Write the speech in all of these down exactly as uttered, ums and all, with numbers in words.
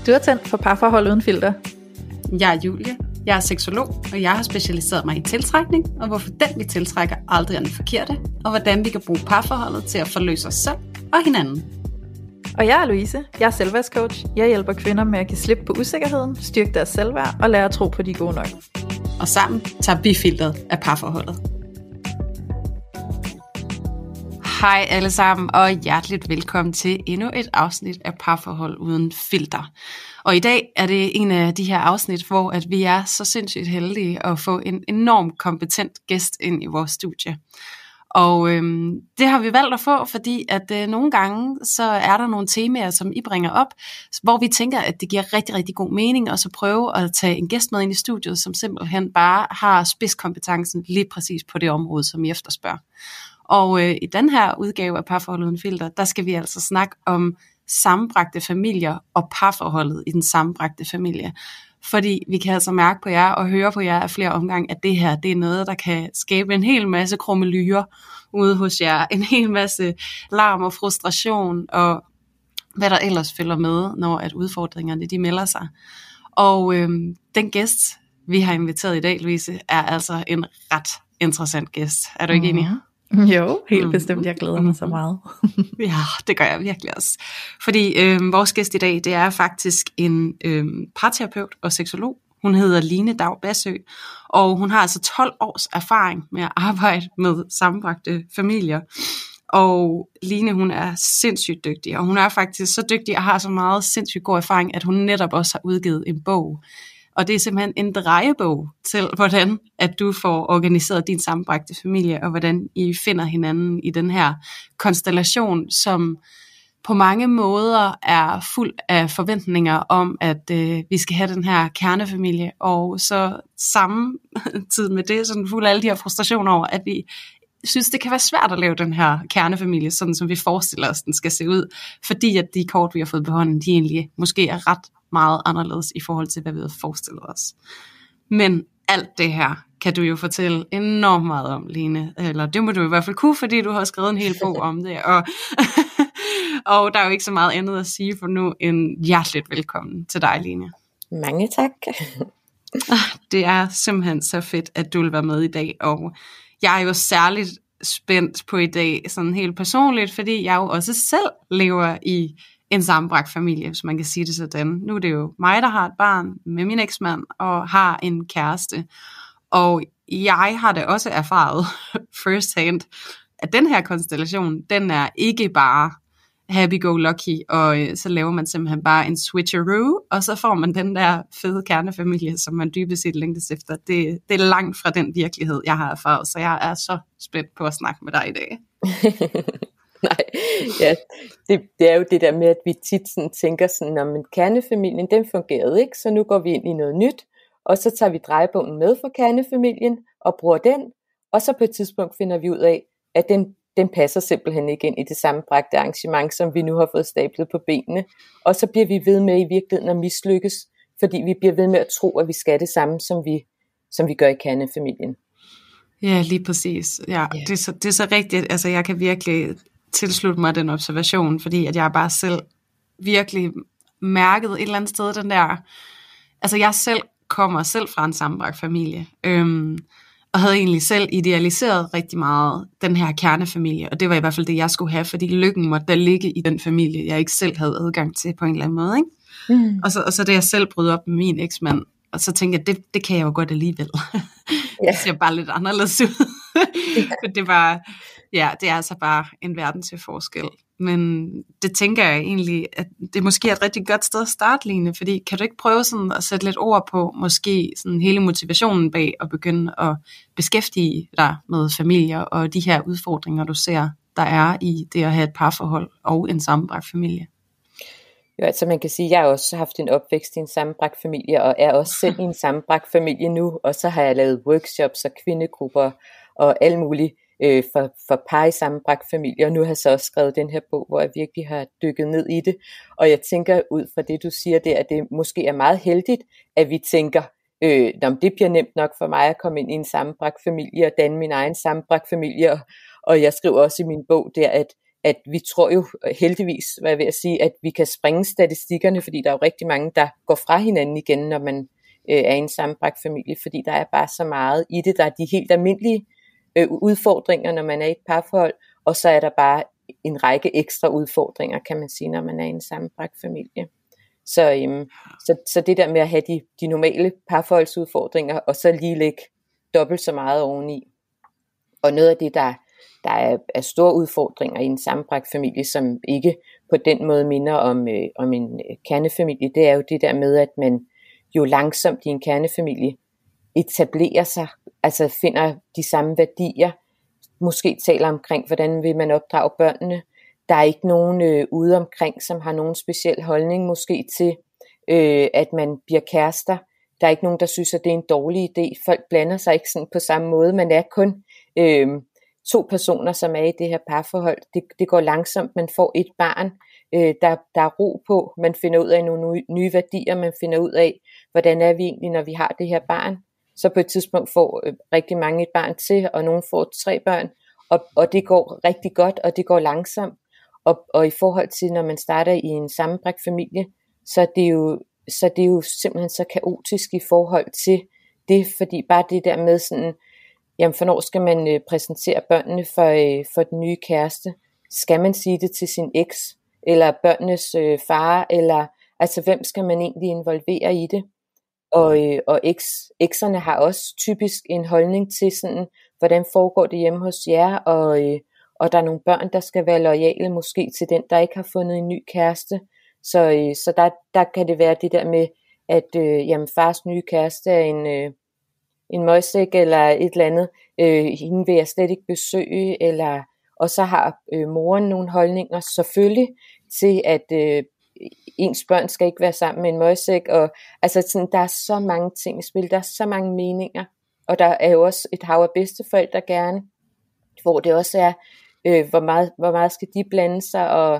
Du er tændt for parforhold uden filter. Jeg er Julie, jeg er seksolog, og jeg har specialiseret mig i tiltrækning, og hvorfor den vi tiltrækker aldrig er den forkerte, og hvordan vi kan bruge parforholdet til at forløse os selv og hinanden. Og jeg er Louise, jeg er selvværdscoach. Jeg hjælper kvinder med at give slip på usikkerheden, styrke deres selvværd og lære at tro på, de er gode nok. Og sammen tager vi filteret af parforholdet. Hej alle sammen, og hjerteligt velkommen til endnu et afsnit af Parforhold uden filter. Og i dag er det en af de her afsnit, hvor at vi er så sindssygt heldige at få en enormt kompetent gæst ind i vores studie. Og øhm, det har vi valgt at få, fordi at øh, nogle gange så er der nogle temaer, som I bringer op, hvor vi tænker, at det giver rigtig, rigtig god mening, og så prøve at tage en gæst med ind i studiet, som simpelthen bare har spidskompetencen lige præcis på det område, som I efterspørger. Og øh, i den her udgave af Parforhold uden filter, der skal vi altså snakke om sammenbragte familier og parforholdet i den sammenbragte familie. Fordi vi kan altså mærke på jer og høre på jer af flere omgange, at det her det er noget, der kan skabe en hel masse krummelyrer ude hos jer. En hel masse larm og frustration og hvad der ellers følger med, når at udfordringerne de melder sig. Og øh, den gæst, vi har inviteret i dag, Louise, er altså en ret interessant gæst. Er du ikke enig? Jo, helt bestemt. Jeg glæder mig så meget. Ja, det gør jeg virkelig også. Fordi øh, vores gæst i dag, det er faktisk en øh, parterapeut og seksolog. Hun hedder Line Daug Bassøe, og hun har altså tolv års erfaring med at arbejde med sammenbragte familier. Og Line, hun er sindssygt dygtig, og hun er faktisk så dygtig og har så meget sindssygt god erfaring, at hun netop også har udgivet en bog. Og det er simpelthen en drejebog til, hvordan at du får organiseret din sammenbragte familie, og hvordan I finder hinanden i den her konstellation, som på mange måder er fuld af forventninger om, at øh, vi skal have den her kernefamilie, og så samtidig med det, sådan fuld af alle de her frustrationer over, at vi synes, det kan være svært at lave den her kernefamilie, sådan som vi forestiller os, den skal se ud, fordi at de kort, vi har fået på hånden, de egentlig måske er ret meget anderledes i forhold til, hvad vi havde forestillet os. Men alt det her kan du jo fortælle enormt meget om, Line. Eller det må du i hvert fald kunne, fordi du har skrevet en hel bog om det. Og, og der er jo ikke så meget andet at sige for nu end hjerteligt velkommen til dig, Line. Mange tak. Det er simpelthen så fedt, at du vil være med i dag. Og jeg er jo særligt spændt på i dag, sådan helt personligt, fordi jeg jo også selv lever i en sammenbragt familie, hvis man kan sige det sådan. Nu er det jo mig, der har et barn med min eksmand og har en kæreste. Og jeg har da også erfaret first hand, at den her konstellation, den er ikke bare happy-go-lucky, og øh, så laver man simpelthen bare en switcheroo, og så får man den der fede kernefamilie, som man dybest set længtes efter. Det, det er langt fra den virkelighed, jeg har erfaret, så jeg er så spændt på at snakke med dig i dag. Nej, ja, det, det er jo det der med, at vi tit sådan tænker sådan, at kernefamilien, den fungerede ikke, så nu går vi ind i noget nyt, og så tager vi drejebogen med for kernefamilien, og bruger den, og så på et tidspunkt finder vi ud af, at den, den passer simpelthen ikke ind i det sammenbragte arrangement, som vi nu har fået stablet på benene, og så bliver vi ved med i virkeligheden at mislykkes, fordi vi bliver ved med at tro, at vi skal det samme, som vi, som vi gør i kernefamilien. Ja, lige præcis. Ja, ja. Det, er så, det er så rigtigt, altså jeg kan virkelig tilslutte mig den observation, fordi at jeg bare selv virkelig mærket et eller andet sted den der, altså jeg selv kommer selv fra en sammenbragt familie, øhm, og havde egentlig selv idealiseret rigtig meget den her kernefamilie, og det var i hvert fald det, jeg skulle have, fordi lykken måtte der ligge i den familie, jeg ikke selv havde adgang til på en eller anden måde, ikke? Mm. Og, så, og så det jeg selv brød op med min eksmand, og så tænkte jeg, det, det kan jeg jo godt alligevel. Ja. Det ser bare lidt anderledes ud. Ja. det var, ja, det er altså bare en verden til forskel. Men det tænker jeg egentlig, at det måske er et rigtig godt sted at starte, Line, fordi kan du ikke prøve sådan at sætte lidt ord på, måske sådan hele motivationen bag at begynde at beskæftige dig med familier og de her udfordringer, du ser, der er i det at have et parforhold og en sammenbragt familie? Jo, altså man kan sige, at jeg har også haft en opvækst i en sammenbragt familie, og er også selv i en sammenbragt familie nu, og så har jeg lavet workshops og kvindegrupper og alt muligt øh, for, for par i sammenbragt familie, og nu har jeg så også skrevet den her bog, hvor jeg virkelig har dykket ned i det, og jeg tænker ud fra det, du siger der, at det måske er meget heldigt, at vi tænker, øh, det bliver nemt nok for mig at komme ind i en sammenbragt familie, og danne min egen sammenbragt familie, og, og jeg skriver også i min bog der, at at vi tror jo heldigvis, hvad jeg vil sige, at vi kan springe statistikkerne, fordi der er jo rigtig mange, der går fra hinanden igen, når man øh, er i en sammenbragt familie, fordi der er bare så meget i det. Der er de helt almindelige øh, udfordringer, når man er i et parforhold, og så er der bare en række ekstra udfordringer, kan man sige, når man er i en sammenbragt familie. Så, øhm, så, så det der med at have de, de normale parforholdsudfordringer, og så lige lægge dobbelt så meget oveni. Og noget af det, der, der er, er store udfordringer i en sammenbragt familie, som ikke på den måde minder om, øh, om en kernefamilie, det er jo det der med, at man jo langsomt i en kernefamilie etablerer sig, altså finder de samme værdier, måske taler omkring, hvordan vil man opdrage børnene. Der er ikke nogen øh, ude omkring, som har nogen speciel holdning måske til, øh, at man bliver kærester. Der er ikke nogen, der synes, at det er en dårlig idé. Folk blander sig ikke sådan på samme måde. Man er kun øh, to personer, som er i det her parforhold. Det, det går langsomt. Man får et barn. Øh, der, der er ro på. Man finder ud af nogle nye værdier. Man finder ud af, hvordan er vi egentlig, når vi har det her barn. Så på et tidspunkt får øh, rigtig mange et barn til, og nogen får tre børn. Og, og det går rigtig godt, og det går langsomt. Og, og i forhold til, når man starter i en sammenbragt familie, så er, det jo, så er det jo simpelthen så kaotisk i forhold til det, fordi bare det der med sådan, jamen hvornår skal man øh, præsentere børnene for, øh, for den nye kæreste? Skal man sige det til sin eks, eller børnenes øh, far, eller altså hvem skal man egentlig involvere i det? Og, øh, og eks, ekserne har også typisk en holdning til sådan, hvordan foregår det hjemme hos jer, og øh, og der er nogle børn, der skal være loyale måske til den, der ikke har fundet en ny kæreste. Så, øh, så der, der kan det være det der med, at øh, jamen, fars nye kæreste er en, øh, en møgsæk eller et eller andet. Øh, hende vil jeg slet ikke besøge. Eller, og så har øh, moren nogle holdninger selvfølgelig til, at øh, ens børn skal ikke være sammen med en møgsæk. Og, altså, sådan, der er så mange ting i spil. Der er så mange meninger. Og der er jo også et hav af bedsteforældre gerne, hvor det også er, øh, hvor, meget, hvor meget skal de blande sig, og,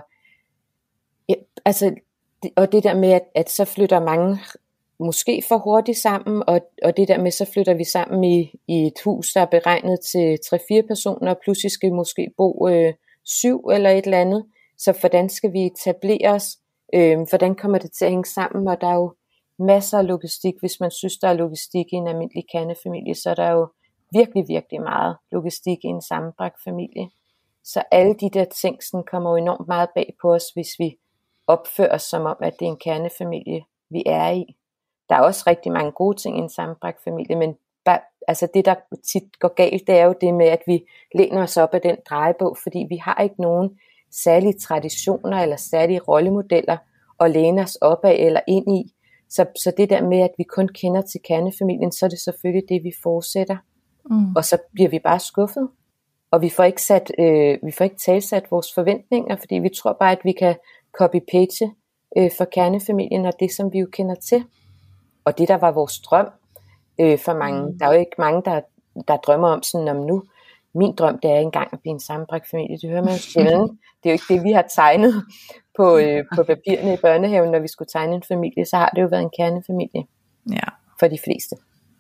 ja, altså, det, og det der med, at, at så flytter mange måske for hurtigt sammen, og, og det der med, så flytter vi sammen i, i et hus, der er beregnet til tre-fire personer, og pludselig skal vi måske bo øh, syv eller et eller andet, så hvordan skal vi etablere os, øh, hvordan kommer det til at hænge sammen, og der er jo masser af logistik. Hvis man synes, der er logistik i en almindelig kernefamilie, så er der jo virkelig, virkelig meget logistik i en sammenbragt familie. Så alle de der ting sådan, kommer jo enormt meget bag på os, hvis vi opfører os som om, at det er en kernefamilie, vi er i. Der er også rigtig mange gode ting i en sammenbragt familie, men bare, altså det, der tit går galt, det er jo det med, at vi læner os op af den drejebog, fordi vi har ikke nogen særlige traditioner eller særlige rollemodeller at læne os op af eller ind i. Så, så det der med, at vi kun kender til kernefamilien, så er det selvfølgelig det, vi fortsætter. Mm. Og så bliver vi bare skuffet. Og vi får ikke sat, øh, vi får ikke talsat vores forventninger, fordi vi tror bare, at vi kan copy-paste øh, for kernefamilien og det, som vi jo kender til. Og det, der var vores drøm øh, for mange. Mm. Der er jo ikke mange, der, der drømmer om sådan, om nu, min drøm, det er engang at blive en sammenbragt familie. Det hører man jo sjældent. Det er jo ikke det, vi har tegnet på, øh, på papirerne i børnehaven, når vi skulle tegne en familie. Så har det jo været en kernefamilie. Ja. For de fleste.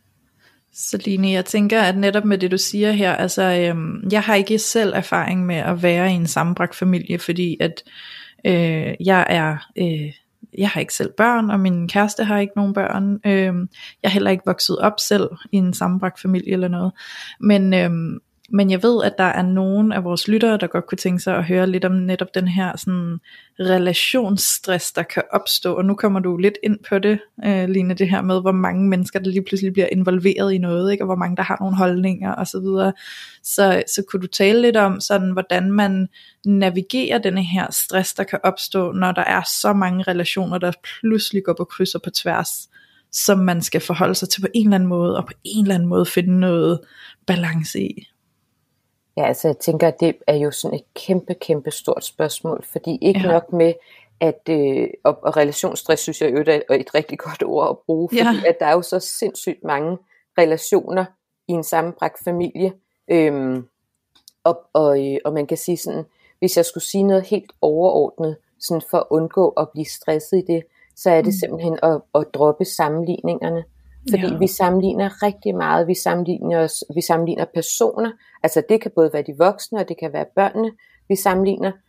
Så Line, jeg tænker, at netop med det du siger her, altså øhm, jeg har ikke selv erfaring med at være i en sammenbragt familie, fordi at øh, jeg er, øh, jeg har ikke selv børn, og min kæreste har ikke nogen børn. Øh, jeg er heller ikke vokset op selv i en sammenbragt familie eller noget, men øh, Men jeg ved, at der er nogen af vores lyttere, der godt kunne tænke sig at høre lidt om netop den her sådan, relationsstress, der kan opstå. Og nu kommer du lidt ind på det, øh, Line, det her med, hvor mange mennesker, der lige pludselig bliver involveret i noget, ikke? Og hvor mange, der har nogle holdninger og så videre. Så, så kunne du tale lidt om, sådan, hvordan man navigerer denne her stress, der kan opstå, når der er så mange relationer, der pludselig går på kryds og på tværs, som man skal forholde sig til på en eller anden måde, og på en eller anden måde finde noget balance i. Ja, altså jeg tænker, at det er jo sådan et kæmpe, kæmpe stort spørgsmål, fordi ikke ja. nok med, at øh, og, og relationsstress, synes jeg jo er et rigtig godt ord at bruge, fordi ja. at der er jo så sindssygt mange relationer i en sammenbragt familie, øhm, og, og, og man kan sige sådan, hvis jeg skulle sige noget helt overordnet, sådan for at undgå at blive stresset i det, så er det mm. simpelthen at, at droppe sammenligningerne. Fordi ja. vi sammenligner rigtig meget, vi sammenligner, os, vi sammenligner personer, altså det kan både være de voksne, og det kan være børnene, vi sammenligner,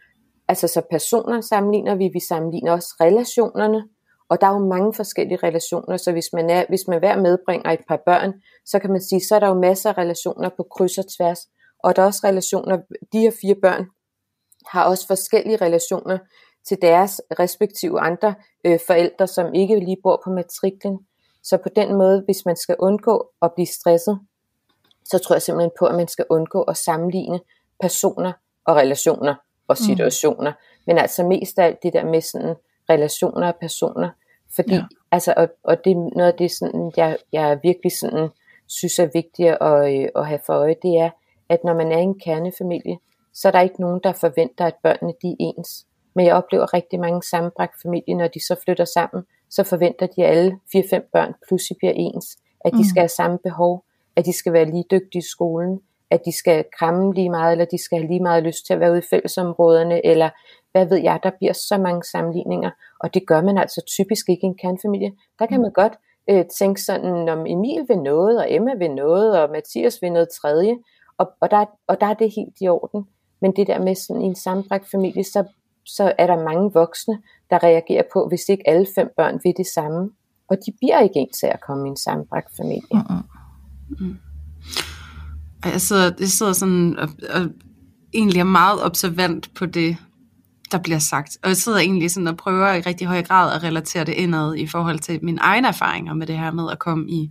altså så personerne sammenligner vi, vi sammenligner også relationerne, og der er jo mange forskellige relationer, så hvis man, er, hvis man hver medbringer et par børn, så kan man sige, så er der jo masser af relationer på kryds og tværs, og der er også relationer, de her fire børn har også forskellige relationer til deres respektive andre øh, forældre, som ikke lige bor på matriklen. Så på den måde, hvis man skal undgå at blive stresset, så tror jeg simpelthen på, at man skal undgå at sammenligne personer og relationer og situationer. Mm. Men altså mest af alt det der med sådan relationer og personer. Fordi, ja. altså, og, og det er noget af det, sådan, jeg, jeg virkelig sådan, synes er vigtigt at, øh, at have for øje, det er, at når man er i en kernefamilie, så er der ikke nogen, der forventer, at børnene de er ens. Men jeg oplever rigtig mange sammenbragte familier, når de så flytter sammen, så forventer de, at alle fire fem børn pludselig bliver ens. At de mm. skal have samme behov, at de skal være lige dygtige i skolen, at de skal kramme lige meget, eller de skal have lige meget lyst til at være ude i fællesområderne, eller hvad ved jeg, der bliver så mange sammenligninger, og det gør man altså typisk ikke i en kernefamilie. Der kan man godt øh, tænke sådan, om Emil vil noget, og Emma vil noget, og Mathias vil noget tredje, og, og, der, og der er det helt i orden. Men det der med sådan i en sammenbragt familie, så, så er der mange voksne, der reagerer på, hvis ikke alle fem børn vil det samme, og de bliver ikke ens af at komme i en sammenbragt familie. Mm-hmm. Mm. Jeg sidder, jeg sidder sådan og, og egentlig er meget observant på det, der bliver sagt. Og jeg sidder egentlig sådan og prøver i rigtig høj grad at relatere det indad i forhold til mine egne erfaringer med det her med at komme i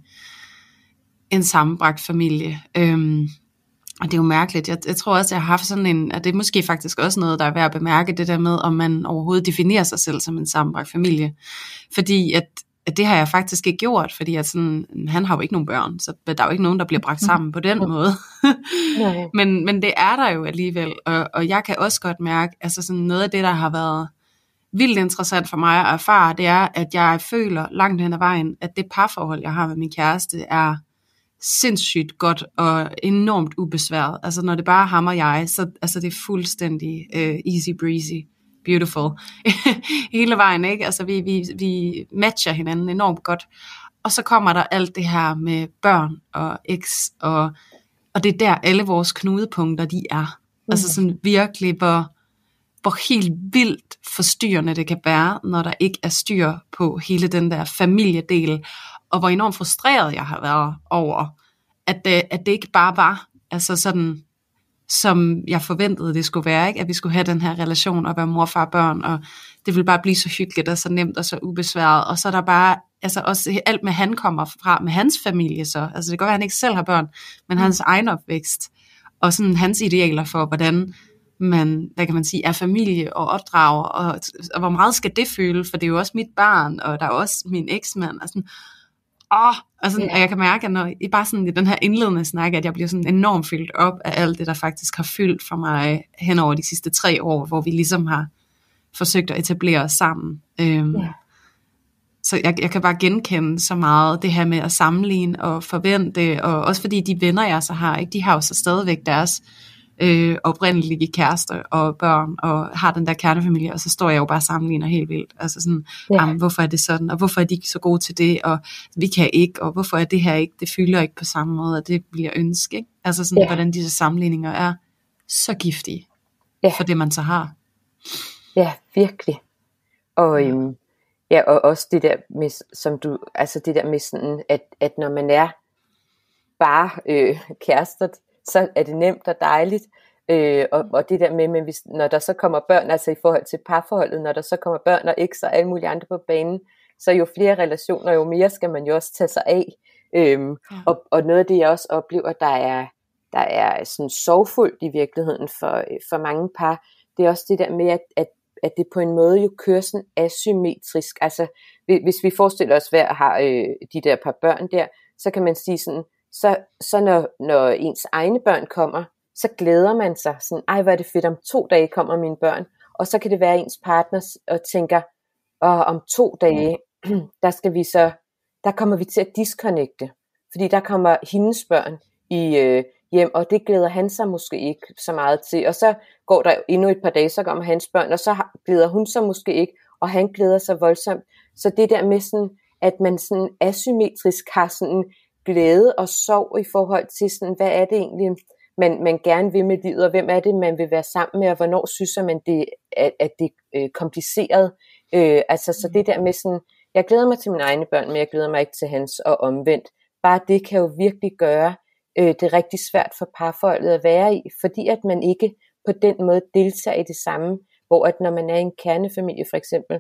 en sammenbragt familie. Øhm, og det er jo mærkeligt. Jeg, jeg tror også, jeg har haft sådan en, at det er måske faktisk også noget, der er værd at bemærke, det der med, om man overhovedet definerer sig selv som en sammenbragt familie. Fordi at at det har jeg faktisk ikke gjort, fordi at sådan, han har jo ikke nogen børn, så der er jo ikke nogen, der bliver bragt sammen på den måde. men, men det er der jo alligevel, og, og jeg kan også godt mærke, altså sådan noget af det, der har været vildt interessant for mig at erfare, det er, at jeg føler langt hen ad vejen, at det parforhold, jeg har med min kæreste, er sindssygt godt og enormt ubesværet. Altså når det bare er ham og jeg, så altså, det er fuldstændig uh, easy breezy. Beautiful. Hele vejen, ikke? Altså vi, vi, vi matcher hinanden enormt godt. Og så kommer der alt det her med børn og eks, og, og det er der alle vores knudepunkter, de er. Mm. Altså sådan virkelig, hvor, hvor helt vildt forstyrrende det kan være, når der ikke er styr på hele den der familiedel, og hvor enormt frustreret jeg har været over, at det, at det ikke bare var, altså sådan, som jeg forventede det skulle være, ikke? At vi skulle have den her relation og være mor, far, børn, og det ville bare blive så hyggeligt og så nemt og så ubesværet, og så er der bare, altså også alt med han kommer fra, med hans familie så, altså det kan godt være, at han ikke selv har børn, men hans egen opvækst, og sådan hans idealer for, hvordan man, hvad kan man sige, er familie og opdrager, og, og hvor meget skal det føle, for det er jo også mit barn, og der er også min eksmand, og sådan, åh, og, sådan, yeah. og jeg kan mærke, at når I bare sådan i den her indledende snak, at jeg bliver sådan enormt fyldt op af alt det, der faktisk har fyldt for mig hen over de sidste tre år, hvor vi ligesom har forsøgt at etablere os sammen. Øhm, yeah. Så jeg, jeg kan bare genkende så meget det her med at sammenligne og forvente, og også fordi de venner, jeg så har, ikke, de har jo så stadigvæk deres øh, oprindelige kærester og børn, og har den der kernefamilie, og så står jeg jo bare og sammenligner helt vildt. Altså sådan, yeah. jamen, hvorfor er det sådan, og hvorfor er de ikke så gode til det, og vi kan ikke, og hvorfor er det her ikke, det fylder ikke på samme måde, og det bliver ønske, ikke? Altså sådan, yeah. hvordan disse sammenligninger er så giftige yeah. for det, man så har. Ja, virkelig. Og øhm, ja, og også det der med, som du, altså det der med sådan, at, at når man er bare øh, kærester, så er det nemt og dejligt, øh, og, og det der med, med hvis, når der så kommer børn, altså i forhold til parforholdet, når der så kommer børn og eks og alle mulige andre på banen, så jo flere relationer, jo mere skal man jo også tage sig af, øhm, ja. og, og noget af det jeg også oplever, der er, der er sådan sorgfuldt i virkeligheden for, for mange par, det er også det der med, at, at, at det på en måde jo kører sådan asymmetrisk, altså hvis vi forestiller os hver har øh, de der par børn der, så kan man sige sådan, Så, så når, når ens egne børn kommer, så glæder man sig sådan, ej hvor er det fedt, om to dage kommer mine børn, og så kan det være ens partner og tænker, og om to dage, der skal vi så, der kommer vi til at disconnecte, fordi der kommer hendes børn i øh, hjem, og det glæder han sig måske ikke så meget til, og så går der endnu et par dage, så kommer hans børn, og så glæder hun sig måske ikke, og han glæder sig voldsomt, så det der med sådan, at man sådan asymmetrisk har sådan glæde og sorg i forhold til sådan, hvad er det egentlig, man, man gerne vil med livet, og hvem er det, man vil være sammen med, og hvornår synes man, det, at, at det er kompliceret. Øh, altså, så det der med sådan, jeg glæder mig til mine egne børn, men jeg glæder mig ikke til hans, og omvendt. Bare det kan jo virkelig gøre øh, det rigtig svært for parforholdet at være i, fordi at man ikke på den måde deltager i det samme, hvor at når man er i en kernefamilie for eksempel,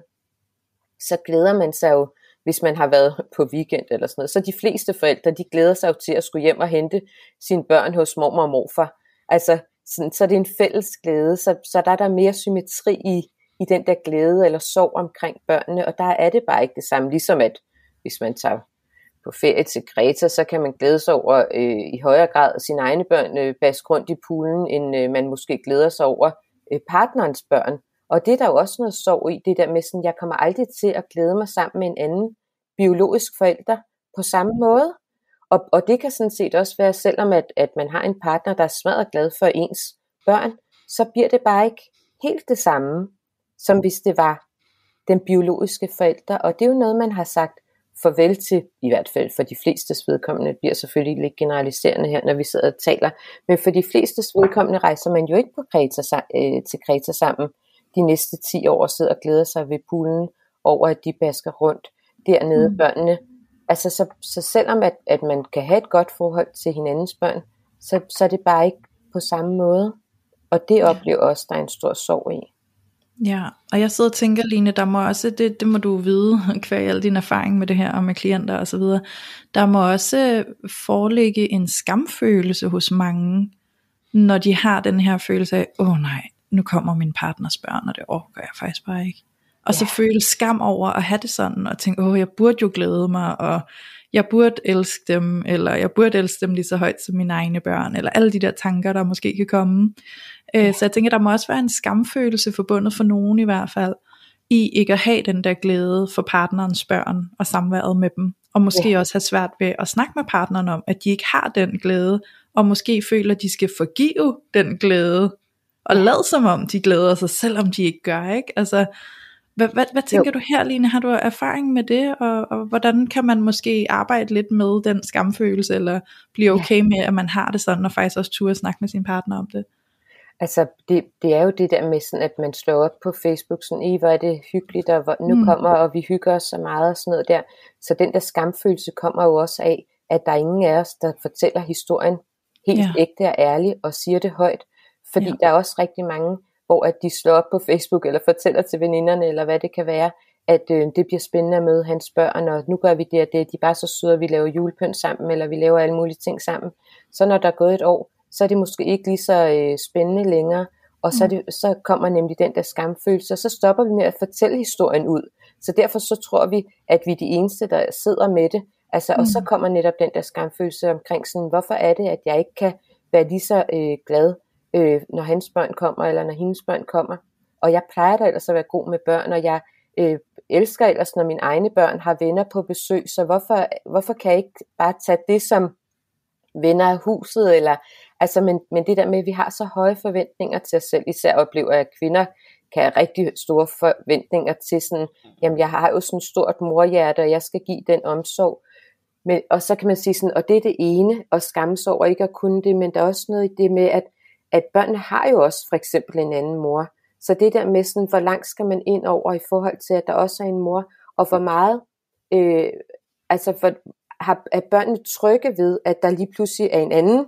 så glæder man sig jo, hvis man har været på weekend eller sådan noget, så de fleste forældre, de glæder sig jo til at skulle hjem og hente sine børn hos mormor og morfar. Altså, sådan, så det er en fælles glæde, så, så der er der mere symmetri i, i den der glæde eller sorg omkring børnene, og der er det bare ikke det samme, ligesom at hvis man tager på ferie til Kreta, så kan man glæde sig over øh, i højere grad sine egne børn øh, bask rundt i poolen, end øh, man måske glæder sig over øh, partnerens børn. Og det er der jo også noget sorg i, det der med sådan, jeg kommer aldrig til at glæde mig sammen med en anden biologisk forælder på samme måde. Og, og det kan sådan set også være, selvom at, at man har en partner, der er smadret glad for ens børn, så bliver det bare ikke helt det samme, som hvis det var den biologiske forælder. Og det er jo noget, man har sagt farvel til, i hvert fald for de flestes vedkommende. Det bliver selvfølgelig lidt generaliserende her, når vi sidder og taler. Men for de flestes vedkommende rejser man jo ikke på Kreta, øh, til Kreta sammen de næste ti år, sidder og glæder sig ved poolen over, at de basker rundt dernede, mm. børnene. Altså, så, så selvom at, at man kan have et godt forhold til hinandens børn, så, så er det bare ikke på samme måde. Og det oplever også, der er en stor sorg i. Ja, og jeg sidder og tænker, Line, der må også, det, det må du vide, hver al din erfaring med det her, og med klienter og så videre, der må også foreligge en skamfølelse hos mange, når de har den her følelse af, åh oh, nej, nu kommer min partners børn, og det overgår jeg faktisk bare ikke. Og ja. Så føle skam over at have det sådan, og tænke, åh, oh, jeg burde jo glæde mig, og jeg burde elske dem, eller jeg burde elske dem lige så højt som mine egne børn, eller alle de der tanker, der måske kan komme. Ja. Så jeg tænker, der må også være en skamfølelse forbundet for nogen i hvert fald, i ikke at have den der glæde for partnerens børn, og samværet med dem, og måske ja. Også have svært ved at snakke med partneren om, at de ikke har den glæde, og måske føler, at de skal forgive den glæde, og lade som om de glæder sig, selvom de ikke gør, ikke? Altså, hvad, hvad, hvad tænker jo. Du her, Line? Har du erfaring med det, og, og hvordan kan man måske arbejde lidt med den skamfølelse, eller blive okay ja. Med, at man har det sådan, og faktisk også turde snakke med sin partner om det? Altså, det, det er jo det der med sådan, at man slår op på Facebook, sådan, i hvor er det hyggeligt, og hvor, nu mm. kommer, og vi hygger os så meget, og sådan noget der. Så den der skamfølelse kommer jo også af, at der er ingen af os, der fortæller historien helt ja. Ægte og ærligt, og siger det højt. Fordi ja. Der er også rigtig mange, hvor at de slår op på Facebook, eller fortæller til veninderne, eller hvad det kan være, at øh, det bliver spændende at møde hans børn, og nu gør vi det og det, de er bare så søde, at vi laver julepynt sammen, eller vi laver alle mulige ting sammen. Så når der er gået et år, så er det måske ikke lige så øh, spændende længere, og så, det, så kommer nemlig den der skamfølelse, og så stopper vi med at fortælle historien ud. Så derfor så tror vi, at vi er de eneste, der sidder med det, altså, mm. og så kommer netop den der skamfølelse omkring sådan, hvorfor er det, at jeg ikke kan være lige så øh, glad, øh, når hans børn kommer, eller når hendes børn kommer. Og jeg plejer da ellers at være god med børn, og jeg øh, elsker ellers, når mine egne børn har venner på besøg, så hvorfor, hvorfor kan jeg ikke bare tage det som venner af huset, eller altså, men, men det der med, at vi har så høje forventninger til os selv, især oplever jeg, at kvinder kan have rigtig store forventninger til sådan, jamen jeg har jo sådan et stort morhjerte, og jeg skal give den omsorg. Men, og så kan man sige sådan, og det er det ene, og skamsorg og ikke at kunne det, men der er også noget i det med, at, at børnene har jo også for eksempel en anden mor. Så det der med sådan, hvor langt skal man ind over i forhold til, at der også er en mor, og hvor meget, øh, altså for, har, er børnene trygge ved, at der lige pludselig er en anden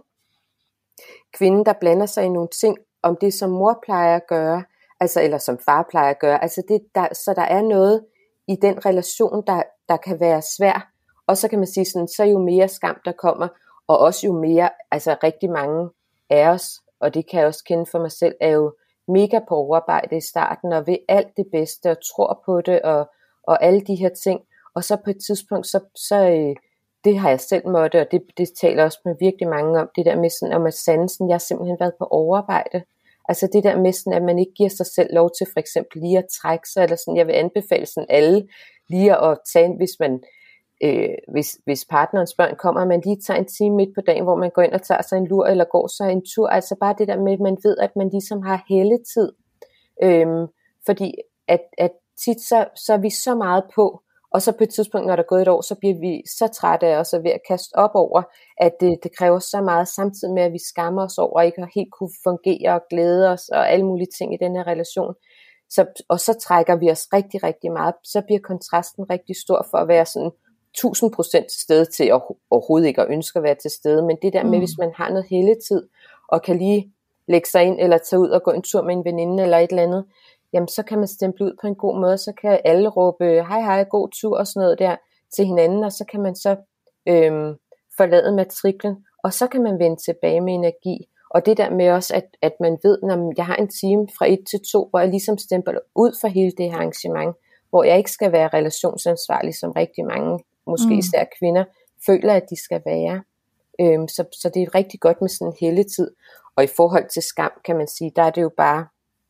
kvinde, der blander sig i nogle ting, om det som mor plejer at gøre, altså, eller som far plejer at gøre. Altså det, der, så der er noget i den relation, der, der kan være svær. Og så kan man sige sådan, så jo mere skam der kommer, og også jo mere, altså rigtig mange af os, og det kan jeg også kende for mig selv, er jo mega på overarbejde i starten, og ved alt det bedste, og tror på det, og, og alle de her ting. Og så på et tidspunkt, så, så øh, det har jeg selv måtte, og det, det taler også med virkelig mange om, det der med sådan, om at sande sådan, jeg har simpelthen været på overarbejde. Altså det der med sådan, at man ikke giver sig selv lov til for eksempel lige at trække sig, eller sådan, jeg vil anbefale sådan alle lige at tage, hvis man, øh, hvis, hvis partnerens børn kommer, og man lige tager en time midt på dagen, hvor man går ind og tager sig en lur, eller går sig en tur, altså bare det der med, at man ved, at man ligesom har helletid, øhm, fordi at, at tit så, så er vi så meget på, Og så på et tidspunkt, når der er gået et år, så bliver vi så trætte af os og ved at kaste op over, at det, det kræver så meget, samtidig med, at vi skammer os over, og ikke har helt kunne fungere og glæde os, og alle mulige ting i den her relation. Så, og så trækker vi os rigtig, rigtig meget. Så bliver kontrasten rigtig stor for at være sådan tusind procent til stede til at overhovedet ikke at ønske at være til stede. Men det der med, mm. hvis man har noget helletid, og kan lige lægge sig ind, eller tage ud og gå en tur med en veninde, eller et eller andet, jamen så kan man stemple ud på en god måde, så kan alle råbe, hej hej, god tur og sådan noget der til hinanden, og så kan man så øhm, forlade matriklen, og så kan man vende tilbage med energi. Og det der med også, at, at man ved, når jeg har en time fra et til to, hvor jeg ligesom stempler ud for hele det her arrangement, hvor jeg ikke skal være relationsansvarlig, som rigtig mange, måske mm. især kvinder, føler, at de skal være. Øhm, så, så det er rigtig godt med sådan en helletid. Og i forhold til skam, kan man sige, der er det jo bare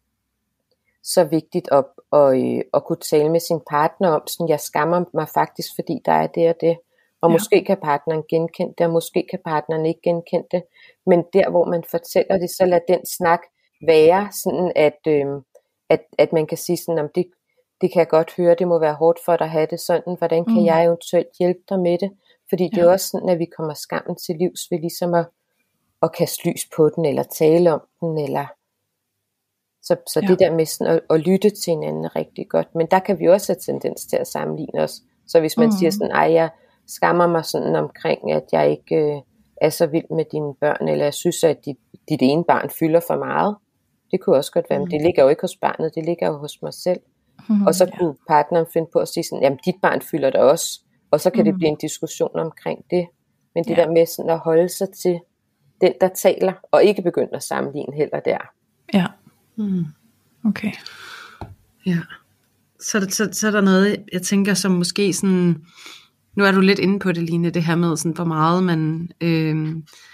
så vigtigt at, at, at, at kunne tale med sin partner om, sådan, jeg skammer mig faktisk, fordi der er det og det. Og ja. Måske kan partneren genkende det, og måske kan partneren ikke genkende det. Men der, hvor man fortæller det, så lad den snak være, sådan at, øh, at, at man kan sige sådan, om det, det kan jeg godt høre, det må være hårdt for dig at have det sådan, hvordan kan mm. jeg eventuelt hjælpe dig med det? Fordi det ja. er også sådan, at vi kommer skammen til livs ved ligesom at, at kaste lys på den, eller tale om den, eller så, så ja. det der med sådan at, at lytte til hinanden er rigtig godt. Men der kan vi også have tendens til at sammenligne os. Så hvis man mm. siger sådan, ej, jeg skammer mig sådan omkring, at jeg ikke øh, er så vild med dine børn, eller jeg synes, at dit, dit ene barn fylder for meget. Det kunne også godt være, men det ligger jo ikke hos barnet, det ligger jo hos mig selv. Mm, og så kunne ja. partneren finde på at sige sådan, jamen dit barn fylder det også, og så kan mm. det blive en diskussion omkring det. Men det ja. der med sådan at holde sig til den, der taler, og ikke begynde at sammenligne heller der. Ja, mm. okay. Ja, så, så, så er der noget, jeg tænker, som måske sådan, nu er du lidt inde på det, Line, det her med, sådan, hvor meget man... Øh,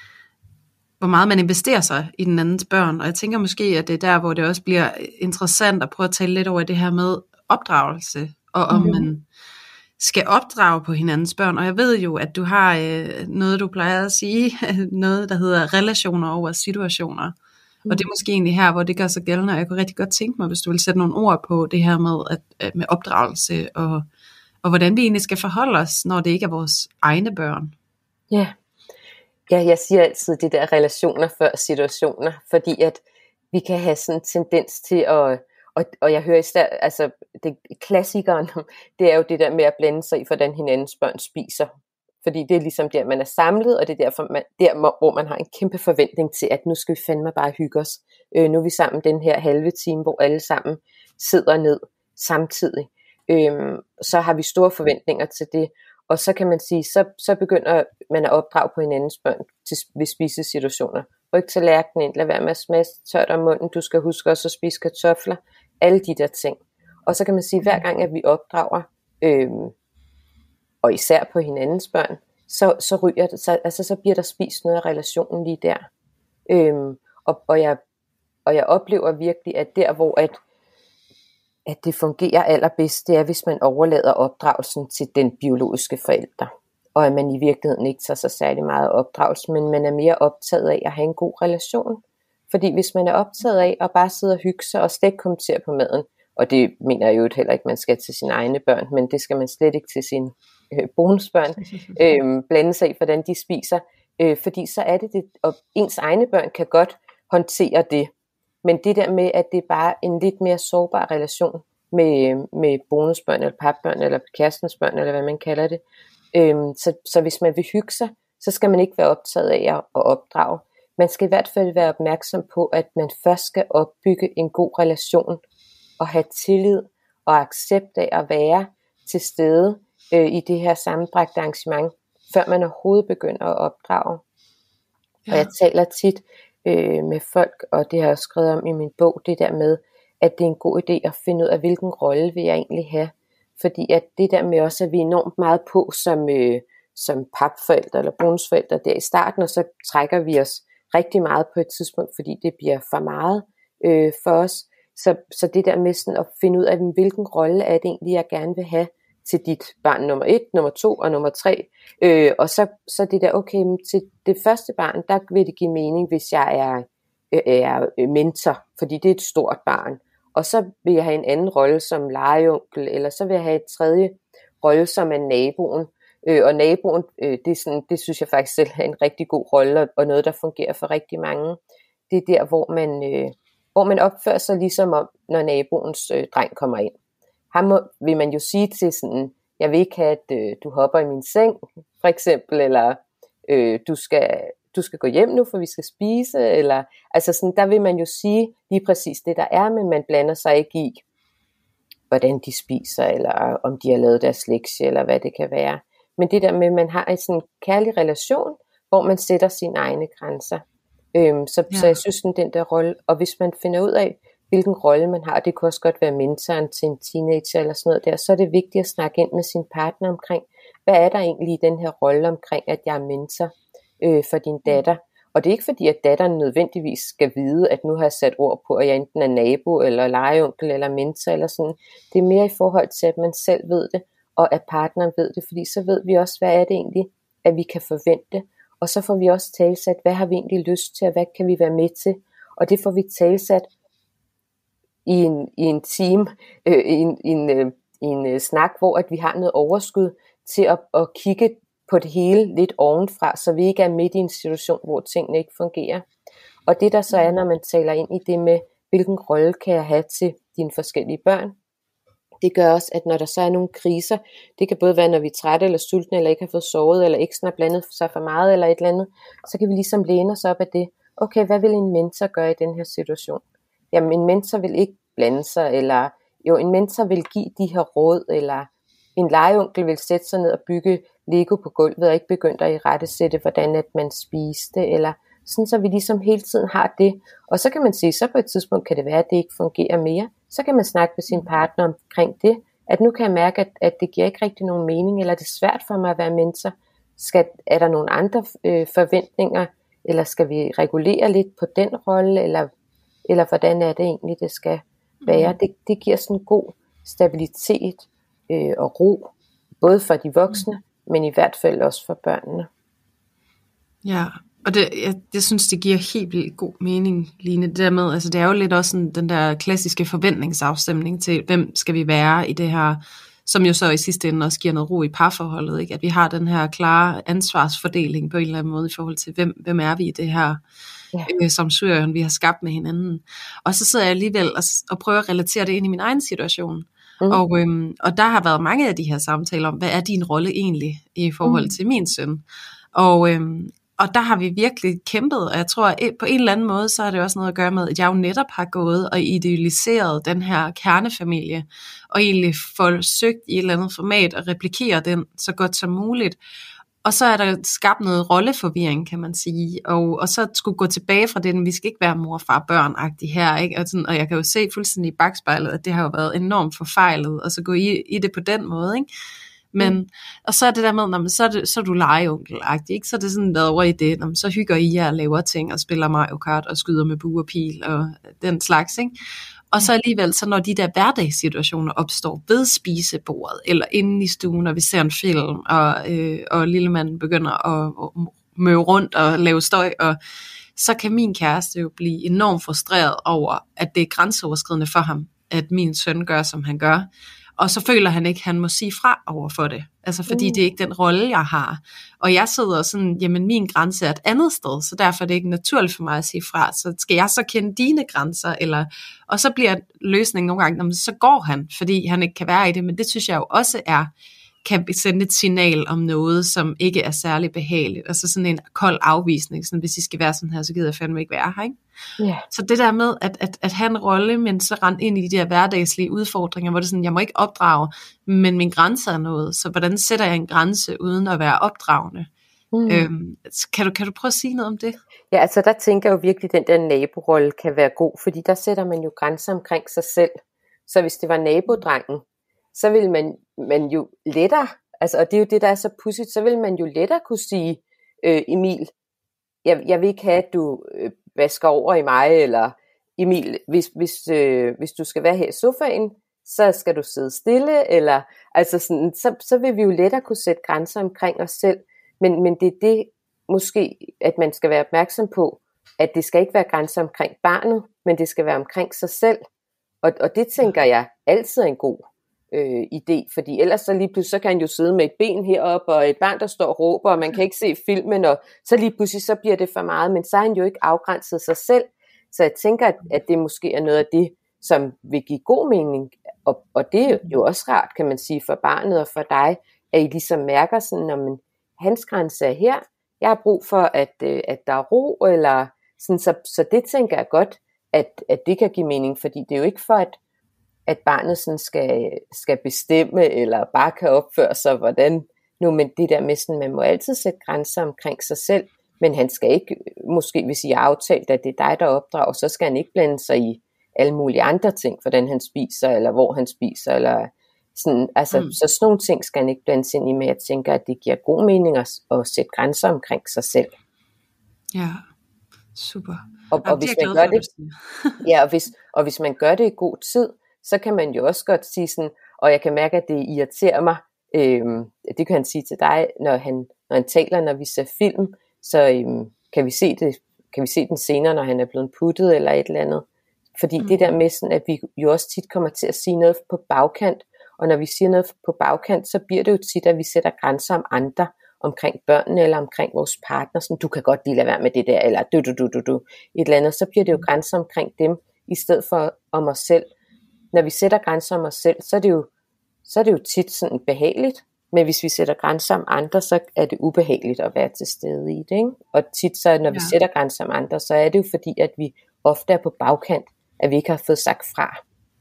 hvor meget man investerer sig i den andens børn, og jeg tænker måske, at det er der, hvor det også bliver interessant at prøve at tale lidt over det her med opdragelse, og om mm-hmm. man skal opdrage på hinandens børn, og jeg ved jo, at du har øh, noget, du plejer at sige, noget, der hedder relationer over situationer, mm. og det er måske egentlig her, hvor det gør sig gældende, og jeg kunne rigtig godt tænke mig, hvis du vil sætte nogle ord på det her med, at, med opdragelse, og, og hvordan vi egentlig skal forholde os, når det ikke er vores egne børn. Ja, yeah. Ja, jeg siger altid det der relationer før situationer, fordi at vi kan have sådan en tendens til at, og, og jeg hører især, altså det klassikeren, det er jo det der med at blande sig i, hvordan hinandens børn spiser. Fordi det er ligesom der, man er samlet, og det er derfor, man, der, hvor man har en kæmpe forventning til, at nu skal vi fandme bare hygge os. Øh, nu er vi sammen den her halve time, hvor alle sammen sidder ned samtidig. Øh, så har vi store forventninger til det. Og så kan man sige, så, så begynder man at opdrage på hinandens børn til, ved spisesituationer. Ryk tallerkenen ind, lad være med at smaske tørt om munden, du skal huske også at spise kartofler, alle de der ting. Og så kan man sige, hver gang at vi opdrager, øhm, og især på hinandens børn, så, så ryger det, så, altså så bliver der spist noget af relationen lige der. Øhm, og, og, jeg, og jeg oplever virkelig, at der hvor at at det fungerer allerbedst, det er, hvis man overlader opdragelsen til den biologiske forælder. Og at man i virkeligheden ikke tager så særlig meget opdragelse, men man er mere optaget af at have en god relation. Fordi hvis man er optaget af at bare sidde og hygge sig og slet ikke kommentere på maden, og det mener jeg jo heller ikke, man skal til sine egne børn, men det skal man slet ikke til sine øh, bonusbørn, øh, blande sig i, hvordan de spiser. Øh, fordi så er det det, og ens egne børn kan godt håndtere det. Men det der med, at det er bare en lidt mere sårbar relation med, med bonusbørn, eller papbørn, eller kærestens børn, eller hvad man kalder det. Øhm, så, så hvis man vil hygge sig, så skal man ikke være optaget af at, at opdrage. Man skal i hvert fald være opmærksom på, at man først skal opbygge en god relation, og have tillid og accept af at være til stede øh, i det her sammenbragte arrangement, før man overhovedet begynder at opdrage. Ja. Og jeg taler tit Øh, med folk, og det har jeg skrevet om i min bog, det der med, at det er en god idé at finde ud af, hvilken rolle vil jeg egentlig have. Fordi at det der med også, at vi er enormt meget på som, øh, som papforældre eller bonusforældre der i starten, og så trækker vi os rigtig meget på et tidspunkt, fordi det bliver for meget øh, for os. Så, så det der med sådan at finde ud af, hvilken rolle er det egentlig, jeg gerne vil have til dit barn nummer et, nummer to og nummer tre. Øh, og så, så det der, okay, til det første barn, der vil det give mening, hvis jeg er, er mentor, fordi det er et stort barn. Og så vil jeg have en anden rolle som legeonkel, eller så vil jeg have et tredje rolle, som er naboen. Øh, og naboen, øh, det, er sådan, det synes jeg faktisk selv er en rigtig god rolle, og, og noget, der fungerer for rigtig mange. Det er der, hvor man, øh, hvor man opfører sig ligesom om, når naboens øh, dreng kommer ind. Ham må, vil man jo sige til sådan, jeg vil ikke have, at øh, du hopper i min seng, for eksempel, eller øh, du, skal, du skal gå hjem nu, for vi skal spise, eller, altså sådan, der vil man jo sige lige præcis det, der er, men man blander sig ikke i, hvordan de spiser, eller om de har lavet deres lektie, eller hvad det kan være. Men det der med, at man har en sådan kærlig relation, hvor man sætter sine egne grænser. Øhm, så, ja. så jeg synes, den der rolle, og hvis man finder ud af, hvilken rolle man har, det kunne også godt være mentoren til en teenager eller sådan noget der, så er det vigtigt at snakke ind med sin partner omkring, hvad er der egentlig i den her rolle omkring, at jeg er mentor øh, for din datter. Og det er ikke fordi, at datteren nødvendigvis skal vide, at nu har jeg sat ord på, at jeg enten er nabo, eller legeonkel, eller mentor, eller sådan. Det er mere i forhold til, at man selv ved det, og at partneren ved det, fordi så ved vi også, hvad er det egentlig, at vi kan forvente. Og så får vi også talsat, hvad har vi egentlig lyst til, og hvad kan vi være med til. Og det får vi talsat i en, i en team, øh, i en, i en, øh, i en øh, snak, hvor at vi har noget overskud til at, at kigge på det hele lidt ovenfra, så vi ikke er midt i en situation, hvor tingene ikke fungerer. Og det der så er, når man taler ind i det med, hvilken rolle kan jeg have til dine forskellige børn, det gør også, at når der så er nogle kriser, det kan både være, når vi er trætte eller sultne, eller ikke har fået sovet, eller ikke har blandet sig for meget, eller et eller andet, så kan vi ligesom læne os op af det. Okay, hvad vil en mentor gøre i den her situation? Jamen, en mentor vil ikke blande sig, eller jo, en mentor vil give de her råd, eller en legeonkel vil sætte sig ned og bygge Lego på gulvet, og ikke begynde at irettesætte, hvordan at man spiste, eller sådan, så vi ligesom hele tiden har det. Og så kan man sige, så på et tidspunkt kan det være, at det ikke fungerer mere. Så kan man snakke med sin partner omkring det, at nu kan jeg mærke, at, at det giver ikke rigtig nogen mening, eller det er svært for mig at være mentor. Skal, er der nogle andre øh, forventninger, eller skal vi regulere lidt på den rolle, eller, eller hvordan er det egentlig, det skal være? Det, det giver sådan en god stabilitet øh, og ro, både for de voksne, men i hvert fald også for børnene. Ja, og det, jeg, jeg synes, det giver helt vildt god mening, Line, det der med, altså det er jo lidt også sådan, den der klassiske forventningsafstemning til, hvem skal vi være i det her, som jo så i sidste ende også giver noget ro i parforholdet, ikke? At vi har den her klare ansvarsfordeling på en eller anden måde i forhold til, hvem, hvem er vi i det her, ja. øh, som syren, vi har skabt med hinanden. Og så sidder jeg alligevel og, og prøver at relatere det ind i min egen situation. Mm. Og, øhm, og der har været mange af de her samtaler om, hvad er din rolle egentlig i forhold mm. til min søn. Og, øhm, og der har vi virkelig kæmpet, og jeg tror, at på en eller anden måde, så har det også noget at gøre med, at jeg jo netop har gået og idealiseret den her kernefamilie, og egentlig forsøgt i et eller andet format at replikere den så godt som muligt. Og så er der skabt noget rolleforvirring, kan man sige, og, og så skulle gå tilbage fra det, vi skal ikke være mor, far, børn-agtig her, ikke? Og, sådan, og jeg kan jo se fuldstændig i bagspejlet, at det har jo været enormt forfejlet, og så gå i, i det på den måde, ikke? Men, mm. og så er det der med, når, så, er det, så er du legeonkel-agtig, ikke? Så er det sådan været over i det, når, så hygger I jer og laver ting, og spiller Mario Kart, og skyder med bue og pil, og den slags, ikke? Og så alligevel, så når de der hverdagssituationer opstår ved spisebordet, eller inde i stuen, når vi ser en film, og, øh, og lillemanden begynder at, at møve rundt og lave støj, og så kan min kæreste jo blive enormt frustreret over, at det er grænseoverskridende for ham, at min søn gør, som han gør. Og så føler han ikke, at han må sige fra over for det. Altså fordi mm. det er ikke den rolle, jeg har. Og jeg sidder sådan, jamen min grænse er et andet sted, så derfor er det ikke naturligt for mig at sige fra. Så skal jeg så kende dine grænser? Eller, og så bliver løsningen nogle gange, jamen, så går han, fordi han ikke kan være i det. Men det synes jeg jo også er, kan sende et signal om noget, som ikke er særlig behageligt. Altså sådan en kold afvisning, sådan, hvis I skal være sådan her, så gider jeg fandme ikke være her, ikke? Yeah. Så det der med, at, at, at have en rolle, men så rende ind i de der hverdagslige udfordringer, hvor det er sådan, jeg må ikke opdrage, men min grænse er noget, så hvordan sætter jeg en grænse, uden at være opdragende? Mm. Øhm, kan, du, kan du prøve at sige noget om det? Ja, altså der tænker jeg jo virkelig, at den der naborolle kan være god, fordi der sætter man jo grænser omkring sig selv. Så hvis det var nabodrengen, så vil man, man jo lettere, altså, og det er jo det, der er så pudsigt, så vil man jo lettere kunne sige, øh, Emil, jeg, jeg vil ikke have, at du øh, vasker over i mig, eller Emil, hvis, hvis, øh, hvis du skal være her i sofaen, så skal du sidde stille, eller altså sådan, så, så vil vi jo lettere kunne sætte grænser omkring os selv, men, men det er det måske, at man skal være opmærksom på, at det skal ikke være grænser omkring barnet, men det skal være omkring sig selv, og, og det tænker jeg altid er en god øh, idé, fordi ellers så lige pludselig, så kan han jo sidde med et ben heroppe, og et barn, der står og råber, og man kan ikke se filmen, og så lige pludselig, så bliver det for meget, men så har han jo ikke afgrænset sig selv, så jeg tænker, at, at det måske er noget af det, som vil give god mening, og, og det er jo også rart, kan man sige, for barnet og for dig, at I ligesom mærker sådan, når man, hans grænse er her, jeg har brug for, at, at der er ro, eller sådan, så, så det tænker jeg godt, at, at det kan give mening, fordi det er jo ikke for, at, at barnet sådan skal, skal bestemme, eller bare kan opføre sig, hvordan nu, men det der med sådan, man må altid sætte grænser omkring sig selv, men han skal ikke, måske hvis I har aftalt, at det er dig, der opdrager, så skal han ikke blande sig i alle mulige andre ting, hvordan han spiser, eller hvor han spiser, eller sådan, altså, mm. så sådan nogle ting skal han ikke blande sig ind i, men jeg tænker, at det giver god mening at, at sætte grænser omkring sig selv. Ja, super. Og, og, hvis man gør det, ja, og, hvis, og hvis man gør det i god tid, så kan man jo også godt sige sådan, og jeg kan mærke, at det irriterer mig, øhm, det kan han sige til dig, når han, når han taler, når vi ser film, så øhm, kan vi se det, kan vi se den senere, når han er blevet puttet eller et eller andet. Fordi mm. det der med sådan, at vi jo også tit kommer til at sige noget på bagkant, og når vi siger noget på bagkant, så bliver det jo tit, at vi sætter grænser om andre, omkring børnene eller omkring vores partner, sådan, du kan godt lige lade være med det der, eller du, du, du, du, du, et eller andet, så bliver det jo grænser omkring dem, i stedet for om os selv. Når vi sætter grænser om os selv, så er det jo, så er det jo tit sådan behageligt, men hvis vi sætter grænser om andre, så er det ubehageligt at være til stede i det, ikke? Og tit så, når vi ja. sætter grænser om andre, så er det jo fordi, at vi ofte er på bagkant, at vi ikke har fået sagt fra.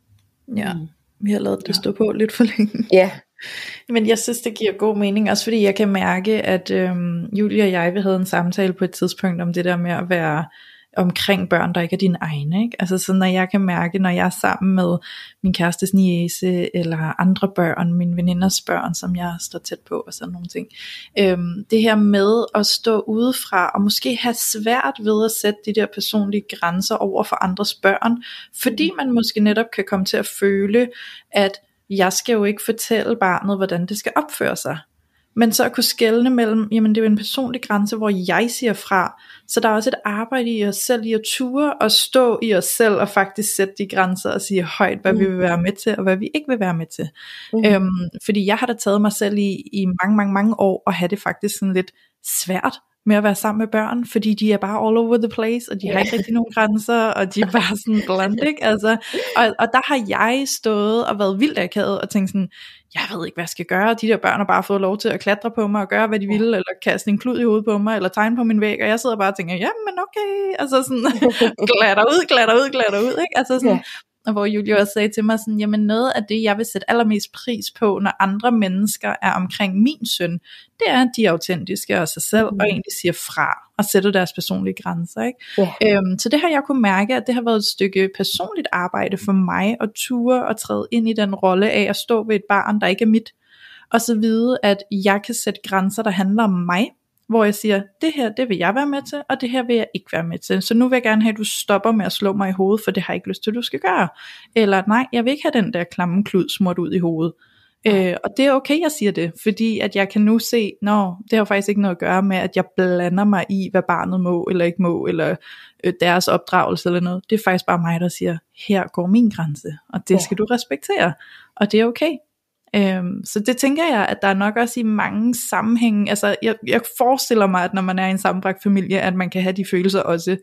Ja, vi har lavet det stå på lidt for længe. Ja. Men jeg synes, det giver god mening, også fordi jeg kan mærke, at øhm, Julie og jeg, vi havde en samtale på et tidspunkt om det der med at være omkring børn, der ikke er dine egne, ikke? Altså så når jeg kan mærke, når jeg er sammen med min kærestes niece, eller andre børn, min veninders børn, som jeg står tæt på, og sådan nogle ting. Øhm, det her med at stå udefra, og måske have svært ved at sætte de der personlige grænser over for andres børn, fordi man måske netop kan komme til at føle, at jeg skal jo ikke fortælle barnet, hvordan det skal opføre sig. Men så at kunne skelne mellem, jamen det er jo en personlig grænse, hvor jeg siger fra. Så der er også et arbejde i os selv, i at ture og stå i os selv, og faktisk sætte de grænser og sige højt, hvad mm. vi vil være med til, og hvad vi ikke vil være med til. Mm. Øhm, fordi jeg har da taget mig selv i, i mange, mange, mange år, og have det faktisk sådan lidt svært med at være sammen med børn, fordi de er bare all over the place, og de har ikke rigtig nogen grænser, og de er bare sådan blandt, ikke? Altså, og, og der har jeg stået og været vildt akavet, og tænkt sådan, jeg ved ikke, hvad jeg skal gøre, de der børn har bare fået lov til at klatre på mig, og gøre hvad de vil, eller kaste en klud i hovedet på mig, eller tegne på min væg, og jeg sidder bare og tænker, jamen okay, altså sådan, glatter ud, glatter ud, glatter ud, ikke? Altså sådan, yeah. Og hvor Julie også sagde til mig sådan, jamen noget af det, jeg vil sætte allermest pris på, når andre mennesker er omkring min søn, det er, at de er autentiske og sig selv, mm. og egentlig siger fra, og sætter deres personlige grænser, ikke? Yeah. Øhm, så det har jeg kunne mærke, at det har været et stykke personligt arbejde for mig, at ture og træde ind i den rolle af at stå ved et barn, der ikke er mit, og så vide, at jeg kan sætte grænser, der handler om mig, hvor jeg siger, det her, det vil jeg være med til, og det her vil jeg ikke være med til. Så nu vil jeg gerne have, at du stopper med at slå mig i hovedet, for det har jeg ikke lyst til, at du skal gøre. Eller nej, jeg vil ikke have den der klamme klud smurt ud i hovedet. Øh, og det er okay, jeg siger det, fordi at jeg kan nu se, nå, det har faktisk ikke noget at gøre med, at jeg blander mig i, hvad barnet må eller ikke må, eller øh, deres opdragelse eller noget. Det er faktisk bare mig, der siger, her går min grænse, og det skal du respektere, og det er okay. Øhm, så det tænker jeg, at der er nok også i mange sammenhænge, altså jeg, jeg forestiller mig, at når man er i en sammenbragt familie, at man kan have de følelser også,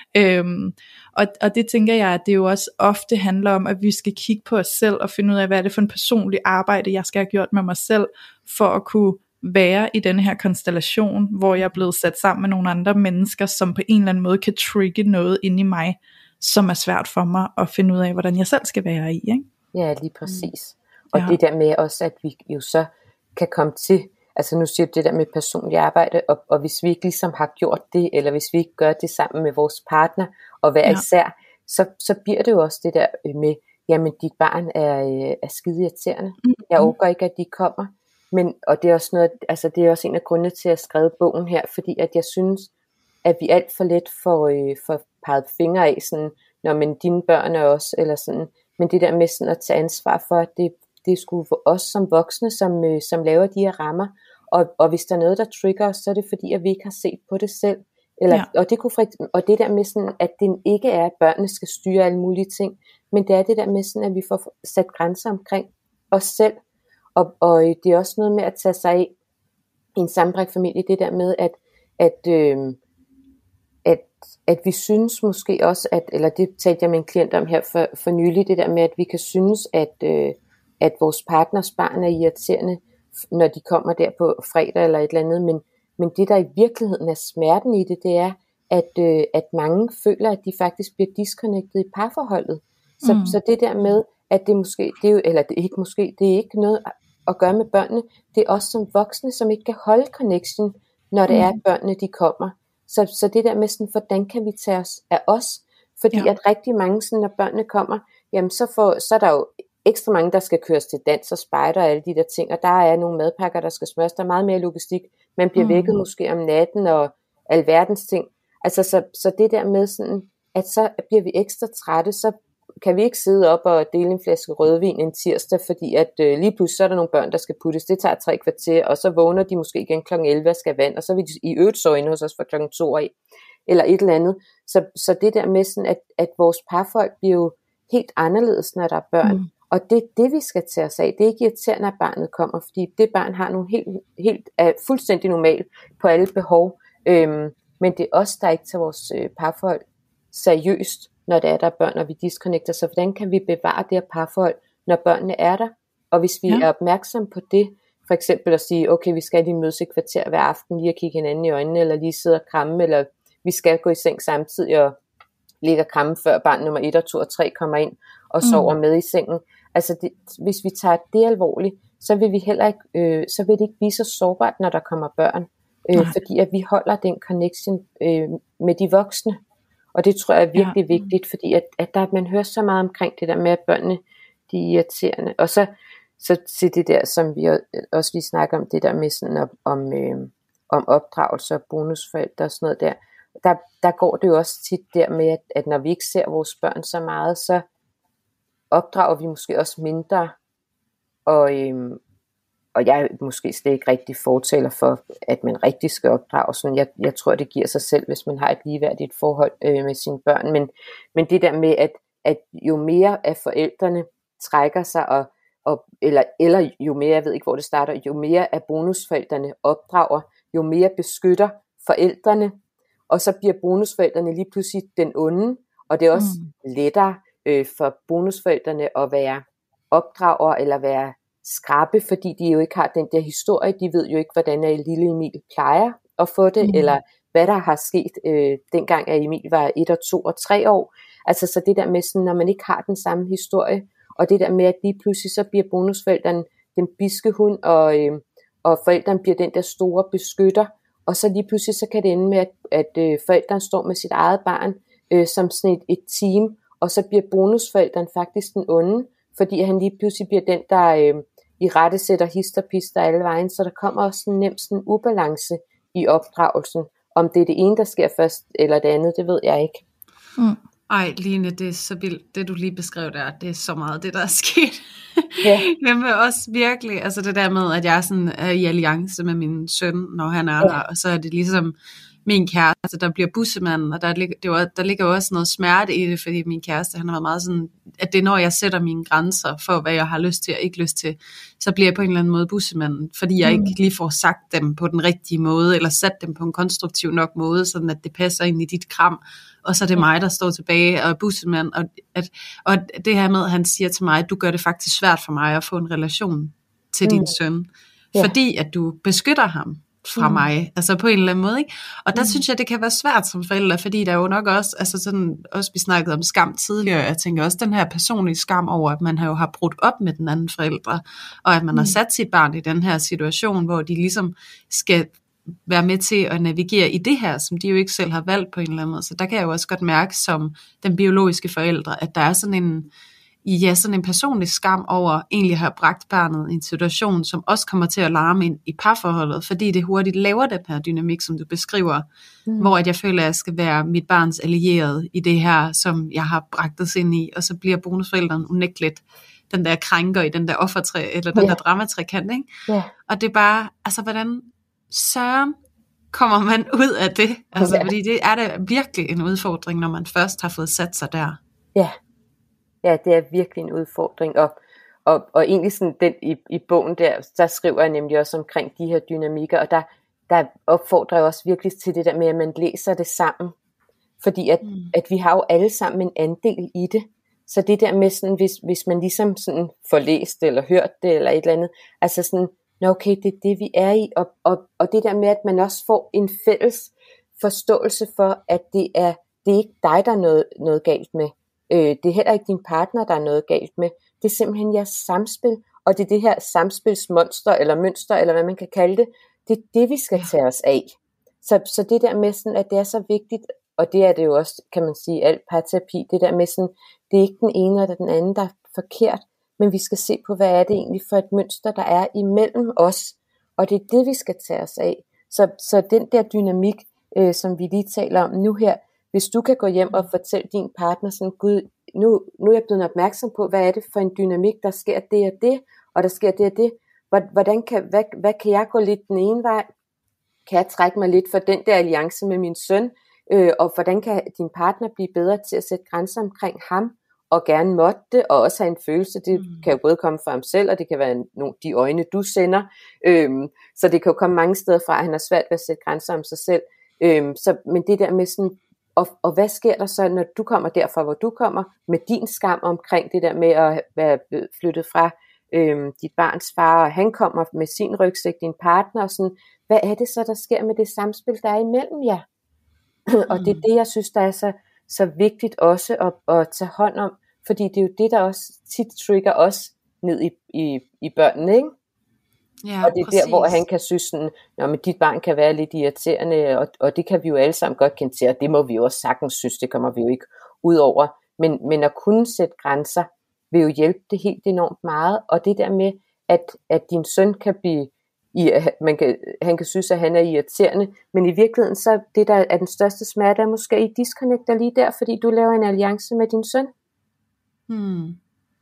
øhm, og, og det tænker jeg, at det jo også ofte handler om, at vi skal kigge på os selv, og finde ud af, hvad er det for en personlig arbejde, jeg skal have gjort med mig selv, for at kunne være i denne her konstellation, hvor jeg er blevet sat sammen med nogle andre mennesker, som på en eller anden måde kan trigge noget inde i mig, som er svært for mig at finde ud af, hvordan jeg selv skal være i, ikke? Ja, lige præcis. Og ja. Det der med også, at vi jo så kan komme til, altså nu siger du det der med personligt arbejde, og, og hvis vi ikke ligesom har gjort det, eller hvis vi ikke gør det sammen med vores partner, og hver ja. især, så, så bliver det jo også det der med, jamen dit barn er, er skide irriterende. Mm-hmm. Jeg overgår ikke, at de kommer. Men, og det er også noget, altså det er også en af grundene til, at jeg skrev bogen her, fordi at jeg synes, at vi alt for let får, øh, får peget fingre af, sådan, når men dine børn er også, eller sådan, men det der med sådan at tage ansvar for, at det det er sgu for os som voksne, som, øh, som laver de her rammer, og, og hvis der er noget, der trigger os, så er det fordi, at vi ikke har set på det selv, eller, ja. og, det kunne for, og det der med sådan, at det ikke er, at børnene skal styre alle mulige ting, men det er det der med sådan, at vi får sat grænser omkring, os selv. Og, og det er også noget med at tage sig af i en sammenbragt familie, det der med, at, at, øh, at, at vi synes måske også, at, eller det talte jeg med en klient om her for, for nylig, det der med, at vi kan synes, at, øh, at vores partners barn er irriterende, når de kommer der på fredag eller et eller andet, men, men det der i virkeligheden er smerten i det, det er, at, øh, at mange føler, at de faktisk bliver disconnected i parforholdet. Så, mm. så det der med, at det måske, det er jo, eller det er ikke måske, det er ikke noget at gøre med børnene, det er også som voksne, som ikke kan holde connection, når det mm. er, at børnene de kommer. Så, så det der med sådan, hvordan kan vi tage os af os? Fordi ja. at rigtig mange, sådan, når børnene kommer, jamen så, får, så er der jo ekstra mange, der skal køres til dans og spejder og alle de der ting, og der er nogle madpakker, der skal smøres, der er meget mere logistik. Man bliver mm. vækket måske om natten og alverdens ting. Altså så, så det der med sådan, at så bliver vi ekstra trætte, så kan vi ikke sidde op og dele en flaske rødvin en tirsdag, fordi at øh, lige pludselig så er der nogle børn, der skal puttes. Det tager tre kvarter, og så vågner de måske igen klokken elleve og skal vand, og så vil de i øvrigt sove inde hos os fra klokken to af, eller et eller andet. Så, så det der med sådan, at, at vores parfolk bliver jo helt anderledes, når der er børn. Mm. Og det er det, vi skal tage os af. Det er ikke irriterende, at barnet kommer, fordi det barn har nogle helt, helt er fuldstændig normalt på alle behov. Øhm, men det er os, der ikke tager vores øh, parforhold seriøst, når det er, der er børn, og vi disconnecter. Så hvordan kan vi bevare det her parforhold, når børnene er der? Og hvis vi ja. er opmærksomme på det, for eksempel at sige, okay, vi skal lige mødes i kvarter hver aften, lige at kigge hinanden i øjnene, eller lige sidde og kramme, eller vi skal gå i seng samtidig og ligge og kramme, før barn nummer et og to og tre kommer ind og sover mm. med i sengen. Altså, det, hvis vi tager det alvorligt, så vil vi heller ikke, øh, så vil det ikke blive så sårbart, når der kommer børn. Øh, fordi at vi holder den connection øh, med de voksne. Og det tror jeg er virkelig ja. vigtigt, fordi at, at der, man hører så meget omkring det der med, at børnene, de er irriterende. Og så, så til det der, som vi også lige snakker om, det der med sådan om, om, øh, om opdragelse og bonusforældre og sådan noget der. Der, der går det jo også tit der med, at, at når vi ikke ser vores børn så meget, så opdrager vi måske også mindre. Og, øhm, og jeg er måske slet ikke rigtig fortaler for, at man rigtig skal opdrage. Sådan, jeg, jeg tror, det giver sig selv, hvis man har et ligeværdigt forhold øh, med sine børn. Men, men det der med, at, at jo mere af forældrene trækker sig, og, og, eller, eller jo mere, jeg ved ikke, hvor det starter, jo mere af bonusforældrene opdrager, jo mere beskytter forældrene, og så bliver bonusforældrene lige pludselig den onde, og det er også mm. lettere øh, for bonusforældrene at være opdrager eller være skrappe, fordi de jo ikke har den der historie, de ved jo ikke, hvordan er lille Emil plejer at få det, mm. eller hvad der har sket øh, dengang, at Emil var et og to og tre år. Altså så det der med sådan, når man ikke har den samme historie, og det der med, at lige pludselig så bliver bonusforældrene den biske hund, og, øh, og forældrene bliver den der store beskytter, og så lige pludselig så kan det ende med, at, at øh, forældrene står med sit eget barn øh, som sådan et, et team, og så bliver bonusforældren faktisk den onde, fordi han lige pludselig bliver den, der øh, i rette sætter hist og pister alle vejen, så der kommer også sådan nemt sådan en ubalance i opdragelsen. Om det er det ene, der sker først, eller det andet, det ved jeg ikke. Mm. Ej, Line, det er så vildt, det du lige beskrev der, det er så meget det, der er sket. Ja. Men også virkelig, altså det der med, at jeg er, sådan, er i alliance med min søn, når han er ja. der, og så er det ligesom min kæreste, der bliver bussemanden, og der ligger, det var, der ligger også noget smerte i det, fordi min kæreste, han har været meget sådan, at det er når jeg sætter mine grænser for, hvad jeg har lyst til og ikke lyst til, så bliver jeg på en eller anden måde bussemanden, fordi jeg mm. ikke lige får sagt dem på den rigtige måde, eller sat dem på en konstruktiv nok måde, sådan at det passer ind i dit kram, og så er det mig, der står tilbage og er bussemand, og, at, og det her med, at han siger til mig, at du gør det faktisk svært for mig at få en relation til mm. din søn, ja. fordi at du beskytter ham fra mm. mig, altså på en eller anden måde, ikke? Og der mm. synes jeg, det kan være svært som forældre, fordi der er jo nok også, altså sådan, også vi snakkede om skam tidligere, jeg tænker også den her personlige skam over, at man har jo har brudt op med den anden forældre, og at man mm. har sat sit barn i den her situation, hvor de ligesom skal være med til at navigere i det her, som de jo ikke selv har valgt på en eller anden måde. Så der kan jeg jo også godt mærke som den biologiske forældre, at der er sådan en ja, sådan en personlig skam over egentlig at have bragt barnet i en situation, som også kommer til at larme ind i parforholdet, fordi det hurtigt laver den her dynamik, som du beskriver, mm. hvor at jeg føler, at jeg skal være mit barns allierede i det her, som jeg har bragt os ind i, og så bliver bonusforældren unægteligt den der krænker i den der offertræ, eller den yeah. der dramatrækant, ikke? Yeah. Og det er bare, altså hvordan søren kommer man ud af det? Altså, yeah. fordi det er da virkelig en udfordring, når man først har fået sat sig der. Ja. Yeah. Ja, det er virkelig en udfordring, og, og, og egentlig sådan den, i, i bogen der, der skriver jeg nemlig også omkring de her dynamikker, og der, der opfordrer jeg også virkelig til det der med, at man læser det sammen. Fordi at, mm. at vi har jo alle sammen en andel i det. Så det der med sådan, hvis, hvis man ligesom sådan får læst eller hørt det, eller et eller andet, altså sådan, nå okay, det er det vi er i, og, og, og det der med, at man også får en fælles forståelse for, at det er, det er ikke dig, der er noget, noget galt med. Øh, det er heller ikke din partner, der er noget galt med. Det er simpelthen jeres samspil, og det er det her samspilsmonster, eller mønster, eller hvad man kan kalde det, det er det, vi skal tage os af. Så, så det der med sådan, at det er så vigtigt, og det er det jo også, kan man sige, alt parterapi, det der med sådan, det er ikke den ene eller den anden, der er forkert, men vi skal se på, hvad er det egentlig for et mønster, der er imellem os, og det er det, vi skal tage os af. Så, så den der dynamik, øh, som vi lige taler om nu her, hvis du kan gå hjem og fortælle din partner sådan, Gud, nu, nu er jeg blevet opmærksom på, hvad er det for en dynamik, der sker det og det, og der sker det og det, hvordan kan, hvad, hvad kan jeg gå lidt den ene vej, kan jeg trække mig lidt for den der alliance med min søn, øh, og hvordan kan din partner blive bedre til at sætte grænser omkring ham, og gerne måtte det, og også have en følelse, det mm. kan jo både komme fra ham selv, og det kan være no, de øjne, du sender, øhm, så det kan jo komme mange steder fra, at han har svært ved at sætte grænser om sig selv, øhm, så, men det der med sådan, og, og hvad sker der så, når du kommer derfra, hvor du kommer, med din skam omkring det der med at være flyttet fra øhm, dit barns far, og han kommer med sin rygsæk, din partner, og sådan, hvad er det så, der sker med det samspil, der er imellem jer? Mm. Og det er det, jeg synes, der er så, så vigtigt også at, at tage hånd om, fordi det er jo det, der også tit trigger os ned i, i, i børnene, ikke? Ja, og det er præcis. der, hvor han kan synes sådan, nå, men dit barn kan være lidt irriterende, og, og det kan vi jo alle sammen godt kende til, og det må vi jo også sagtens synes, det kommer vi jo ikke ud over. Men, men at kunne sætte grænser, vil jo hjælpe det helt enormt meget, og det der med, at, at din søn kan blive, i, man kan, han kan synes, at han er irriterende, men i virkeligheden, så det der er den største smerte, er måske, I disconnecter lige der, fordi du laver en alliance med din søn. Hmm.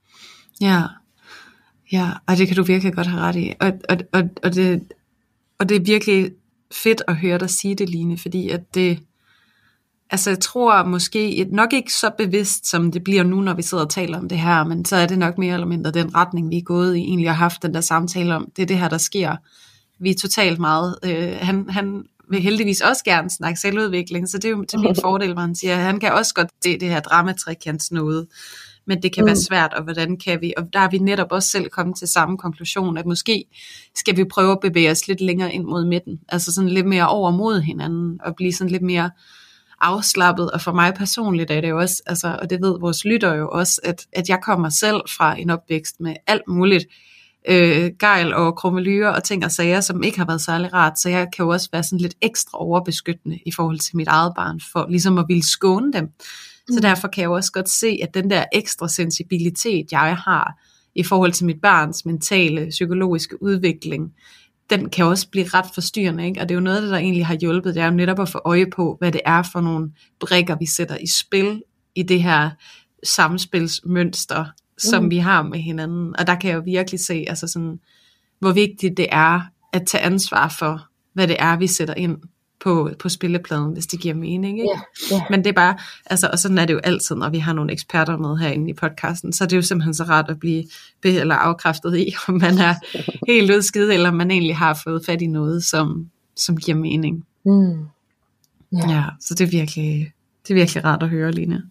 Ja, ja, og det kan du virkelig godt have ret i, og, og, og, og, det, og det er virkelig fedt at høre dig sige det, Line, fordi at det, altså jeg tror måske, nok ikke så bevidst, som det bliver nu, når vi sidder og taler om det her, men så er det nok mere eller mindre den retning, vi er gået i, egentlig har haft den der samtale om, det er det her, der sker. Vi er totalt meget, øh, han, han vil heldigvis også gerne snakke selvudvikling, så det er jo til min fordel, hvor han siger, at han kan også godt se det her dramatrikants noget, men det kan mm. være svært, og hvordan kan vi, og der er vi netop også selv kommet til samme konklusion, at måske skal vi prøve at bevæge os lidt længere ind mod midten, altså sådan lidt mere over mod hinanden, og blive sådan lidt mere afslappet, og for mig personligt er det jo også, altså, og det ved vores lytter jo også, at, at jeg kommer selv fra en opvækst med alt muligt øh, gejl og krummelyre og ting og sager, som ikke har været særlig rart, så jeg kan jo også være sådan lidt ekstra overbeskyttende i forhold til mit eget barn, for ligesom at ville skåne dem. Mm. Så derfor kan jeg jo også godt se, at den der ekstra sensibilitet, jeg har i forhold til mit barns mentale, psykologiske udvikling, den kan også blive ret forstyrrende, ikke? Og det er jo noget af det, der egentlig har hjulpet, det er jo netop at få øje på, hvad det er for nogle brikker, vi sætter i spil i det her samspilsmønster, som mm. vi har med hinanden. Og der kan jeg jo virkelig se, altså sådan, hvor vigtigt det er at tage ansvar for, hvad det er, vi sætter ind på, på spillepladen, hvis det giver mening, ikke? Yeah, yeah. Men det er bare, altså, og sådan er det jo altid, når vi har nogle eksperter med herinde i podcasten, så er det jo simpelthen så rart at blive be- eller afkræftet i, om man er helt udskidt, eller om man egentlig har fået fat i noget, som, som giver mening. Mm. Yeah. Ja, så det er virkelig, det er virkelig rart at høre, Line.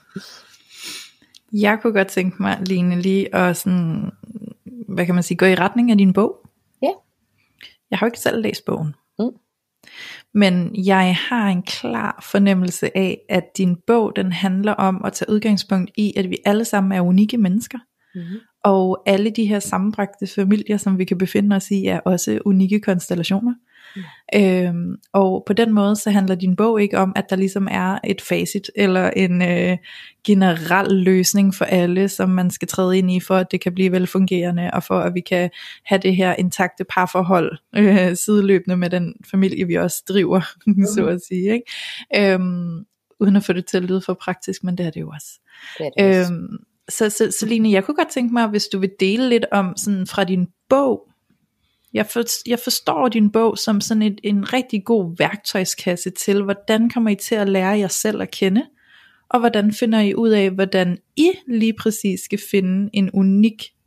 Jeg kunne godt tænke mig, Line, lige at sådan, hvad kan man sige, gå i retning af din bog. Ja. Yeah. Jeg har jo ikke selv læst bogen. Mm. Men jeg har en klar fornemmelse af, at din bog, den handler om at tage udgangspunkt i, at vi alle sammen er unikke mennesker. Mm-hmm. Og alle de her sammenbragte familier, som vi kan befinde os i, er også unikke konstellationer. Mm. Øhm, og på den måde, så handler din bog ikke om, at der ligesom er et facit, eller en øh, generel løsning for alle, som man skal træde ind i, for at det kan blive velfungerende, og for at vi kan have det her intakte parforhold, øh, sideløbende med den familie, vi også driver, mm. så at sige, ikke? Øhm, uden at få det til at lyde for praktisk, men det er det jo også. Det er det også. Øhm, så, så, så Line, jeg kunne godt tænke mig, hvis du vil dele lidt om, sådan fra din bog. Jeg, for, jeg forstår din bog som sådan et, en rigtig god værktøjskasse til, hvordan kommer I til at lære jer selv at kende, og hvordan finder I ud af, hvordan I lige præcis skal finde en unik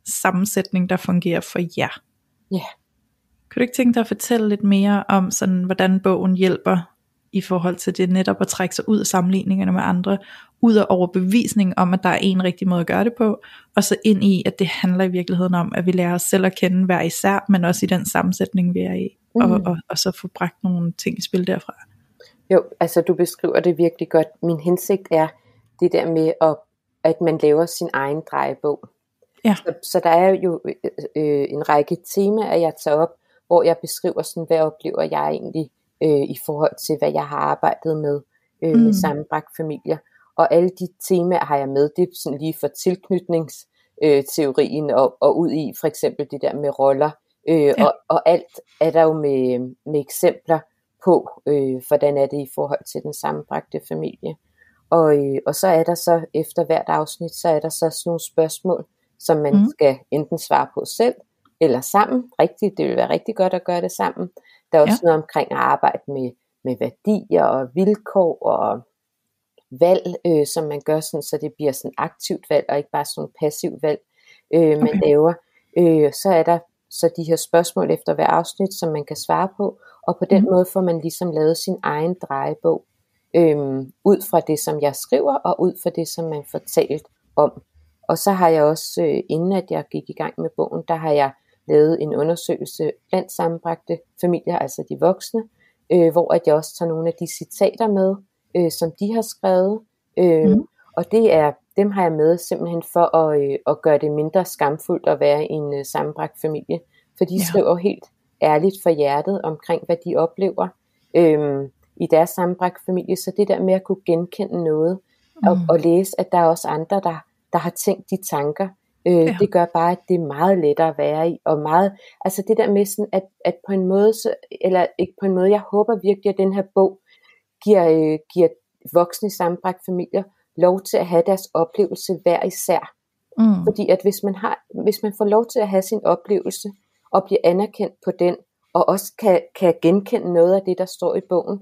sammensætning, der fungerer for jer. Ja. Kan du ikke tænke dig at fortælle lidt mere om, sådan, hvordan bogen hjælper i forhold til det netop at trække sig ud af sammenligningerne med andre, ud af overbevisning om, at der er en rigtig måde at gøre det på, og så ind i, at det handler i virkeligheden om, at vi lærer os selv at kende hver især, men også i den sammensætning, vi er i, mm. og, og, og så få bragt nogle ting i spil derfra. Jo, altså du beskriver det virkelig godt. Min hensigt er det der med, at, at man laver sin egen drejebog. Ja. Så, så der er jo øh, en række temaer, jeg tager op, hvor jeg beskriver, sådan, hvad oplever jeg egentlig øh, i forhold til, hvad jeg har arbejdet med øh, mm. med sammenbragte familier. Og alle de temaer har jeg med, det er sådan lige for tilknytningsteorien øh, og, og ud i for eksempel det der med roller. Øh, ja. og, og alt er der jo med, med eksempler på, øh, hvordan er det i forhold til den sammenbragte familie. Og, øh, og så er der så, efter hvert afsnit, så er der så sådan nogle spørgsmål, som man mm. skal enten svare på selv, eller sammen. Rigtigt, det vil være rigtig godt at gøre det sammen. Der er også ja. noget omkring at arbejde med, med værdier og vilkår og valg, øh, som man gør sådan, så det bliver sådan aktivt valg, og ikke bare sådan passivt valg, øh, man okay. laver. Øh, så er der så de her spørgsmål efter hver afsnit, som man kan svare på, og på den mm. måde får man ligesom lavet sin egen drejebog, øh, ud fra det, som jeg skriver, og ud fra det, som man får talt om. Og så har jeg også, øh, inden at jeg gik i gang med bogen, der har jeg lavet en undersøgelse blandt sammenbragte familier, altså de voksne, øh, hvor at jeg også tager nogle af de citater med, øh, som de har skrevet. Øh, mm. Og det er, dem har jeg med simpelthen for at, øh, at gøre det mindre skamfuldt at være i en øh, sammenbragt familie. For de ja. skriver helt ærligt fra hjertet omkring, hvad de oplever øh, i deres sammenbragte familie. Så det der med at kunne genkende noget, mm. og, og læse, at der er også andre, der, der har tænkt de tanker, Øh, ja. Det gør bare, at det er meget lettere at være i, og meget, altså det der med sådan, at, at på en måde, så, eller ikke på en måde, jeg håber virkelig, at den her bog giver, øh, giver voksne sammenbragte familier lov til at have deres oplevelse hver især. Mm. Fordi at hvis man, har, hvis man får lov til at have sin oplevelse, og bliver anerkendt på den, og også kan, kan genkende noget af det, der står i bogen,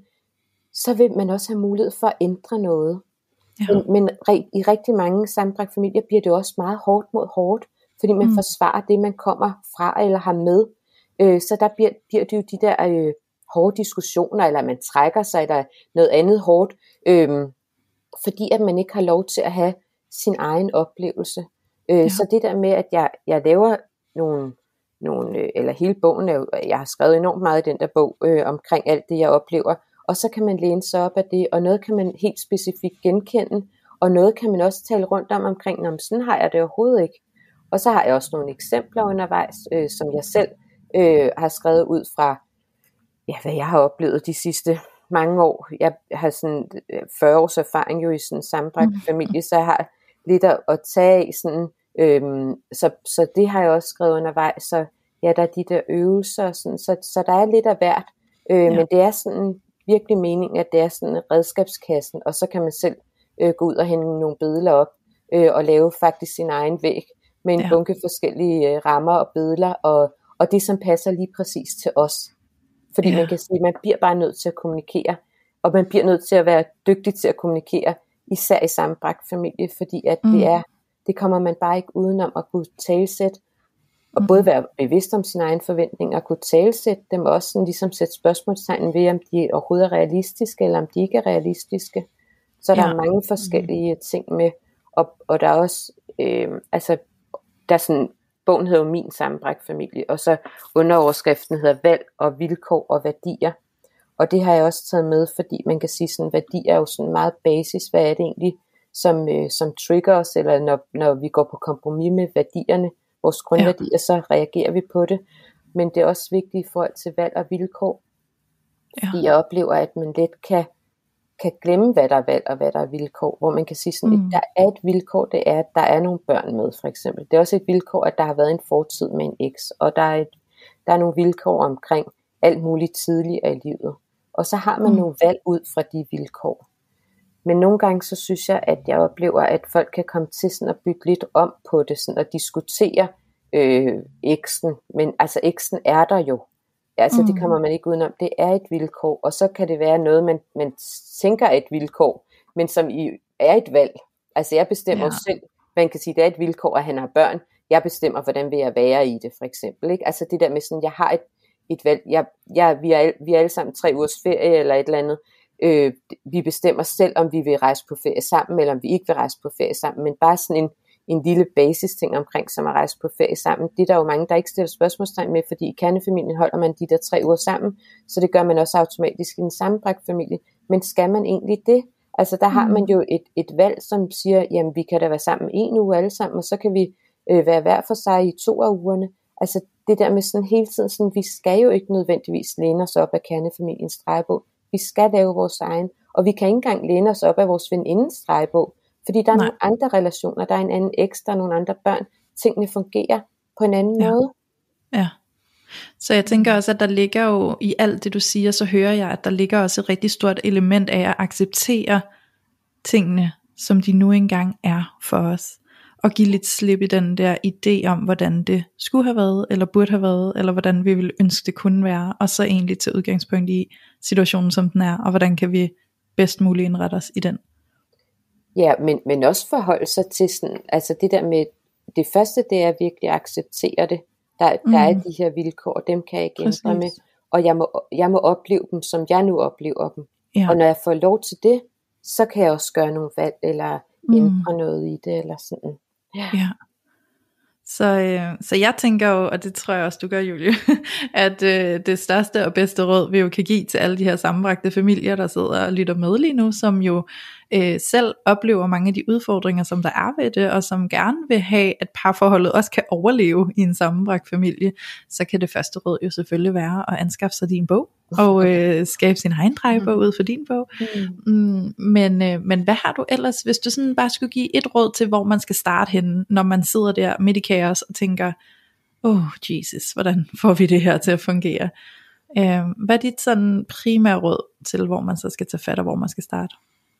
så vil man også have mulighed for at ændre noget. Ja. Men, men i rigtig mange sammenbragte familier bliver det også meget hårdt mod hårdt, fordi man mm. forsvarer det, man kommer fra eller har med. Øh, så der bliver, bliver det jo de der øh, hårde diskussioner, eller man trækker sig, eller noget andet hårdt, øh, fordi at man ikke har lov til at have sin egen oplevelse. Øh, ja. Så det der med, at jeg, jeg laver nogle, nogle øh, eller hele bogen, er jo, jeg har skrevet enormt meget i den der bog, øh, omkring alt det, jeg oplever, og så kan man læne sig op af det, og noget kan man helt specifikt genkende, og noget kan man også tale rundt om omkring, om sådan har jeg det overhovedet ikke. Og så har jeg også nogle eksempler undervejs, øh, som jeg selv øh, har skrevet ud fra, ja, hvad jeg har oplevet de sidste mange år. Jeg har sådan fyrre års erfaring jo i sådan en sammenbragt mm. familie, så jeg har lidt at, at tage af sådan, øh, så, så det har jeg også skrevet undervejs, så ja, der er de der øvelser, sådan, så, så der er lidt af hvert, øh, ja. Men det er sådan virkelig meningen, at det er sådan redskabskassen, og så kan man selv øh, gå ud og hænge nogle billeder op, øh, og lave faktisk sin egen væg, med en ja. bunke forskellige øh, rammer og billeder, og, og det som passer lige præcis til os. Fordi ja. man kan sige, at man bliver bare nødt til at kommunikere, og man bliver nødt til at være dygtig til at kommunikere, især i sammenbragt familie, fordi at mm. det er, det kommer man bare ikke udenom at kunne talesætte, og både være bevidst om sine egne forventninger, og kunne talesætte dem, og også sådan ligesom sætte spørgsmålstegn ved, om de overhovedet er realistiske, eller om de ikke er realistiske. Så der ja. er mange forskellige ting med, og, og der er også, øh, altså, der er sådan, bogen hedder jo Min sammenbragt familie, og så underoverskriften hedder Valg og vilkår og værdier. Og det har jeg også taget med, fordi man kan sige, sådan værdier er jo sådan meget basis. Hvad er det egentlig, som, øh, som trigger os, eller når, når vi går på kompromis med værdierne, vores grundværdier, ja. så reagerer vi på det. Men det er også vigtigt i forhold til valg og vilkår. Ja. Fordi jeg oplever, at man let kan, kan glemme, hvad der er valg og hvad der er vilkår. Hvor man kan sige sådan, mm. at der er et vilkår, det er, at der er nogle børn med, for eksempel. Det er også et vilkår, at der har været en fortid med en eks. Og der er, et, der er nogle vilkår omkring alt muligt tidligere i livet. Og så har man mm. nogle valg ud fra de vilkår. Men nogle gange så synes jeg, at jeg oplever, at folk kan komme til sådan at bygge lidt om på det, sådan at diskutere øh, eksen. Men altså eksen er der jo. Altså mm. det kommer man ikke udenom. Det er et vilkår, og så kan det være noget, man, man tænker er et vilkår, men som i er et valg. Altså jeg bestemmer ja. selv, man kan sige, det er et vilkår, at han har børn. jeg bestemmer, hvordan vil jeg være i det, for eksempel. Ikke? Altså det der med sådan, jeg har et, et valg, jeg, jeg, vi, er, vi er alle sammen tre ugers ferie, eller et eller andet. Øh, vi bestemmer selv, om vi vil rejse på ferie sammen, eller om vi ikke vil rejse på ferie sammen, men bare sådan en, en lille basis ting omkring, som at rejse på ferie sammen. Det er der jo mange, der ikke stiller spørgsmålstegn med, fordi i kernefamilien holder man de der tre uger sammen, så det gør man også automatisk i en sammenbragt familie. Men skal man egentlig det? Altså der har man jo et, et valg, som siger, jamen vi kan da være sammen en uge alle sammen, og så kan vi øh, være hver for sig i to af ugerne. Altså det der med sådan hele tiden, sådan, vi skal jo ikke nødvendigvis læne os op af kernefamiliens stregebog. Vi skal lave vores egen, og vi kan ikke engang læne os op af vores venindens stregebog, fordi der er Nej. nogle andre relationer, der er en anden eks, der er nogle andre børn, tingene fungerer på en anden ja. måde. Ja, så jeg tænker også, at der ligger jo i alt det du siger, så hører jeg, at der ligger også et rigtig stort element af at acceptere tingene, som de nu engang er for os, og give lidt slip i den der idé om, hvordan det skulle have været, eller burde have været, eller hvordan vi ville ønske det kunne være, og så egentlig til udgangspunkt i situationen, som den er, og hvordan kan vi bedst muligt indrette os i den. Ja, men, men også forholde sig til sådan, altså det der med, det første det er virkelig at acceptere det, der, mm. der er de her vilkår, og dem kan jeg ikke ændre med, og jeg må, jeg må opleve dem, som jeg nu oplever dem, ja. Og når jeg får lov til det, så kan jeg også gøre nogle valg, eller ændre mm. noget i det, eller sådan. Ja. ja. Så, øh, så jeg tænker jo, og det tror jeg også du gør, Julie, at øh, det største og bedste råd vi jo kan give til alle de her sammenbragte familier, der sidder og lytter med lige nu, som jo øh, selv oplever mange af de udfordringer, som der er ved det, og som gerne vil have, at parforholdet også kan overleve i en sammenbragt familie, så kan det første råd jo selvfølgelig være at anskaffe sig din bog, og øh, skabe sin egen drejebog ud for din bog. Mm. Mm, men, øh, men hvad har du ellers, hvis du sådan bare skulle give et råd til, hvor man skal starte henne, når man sidder der midt i kaos og tænker, åh oh, Jesus, hvordan får vi det her til at fungere? Øh, hvad er dit sådan primære råd til, hvor man så skal tage fat, og hvor man skal starte?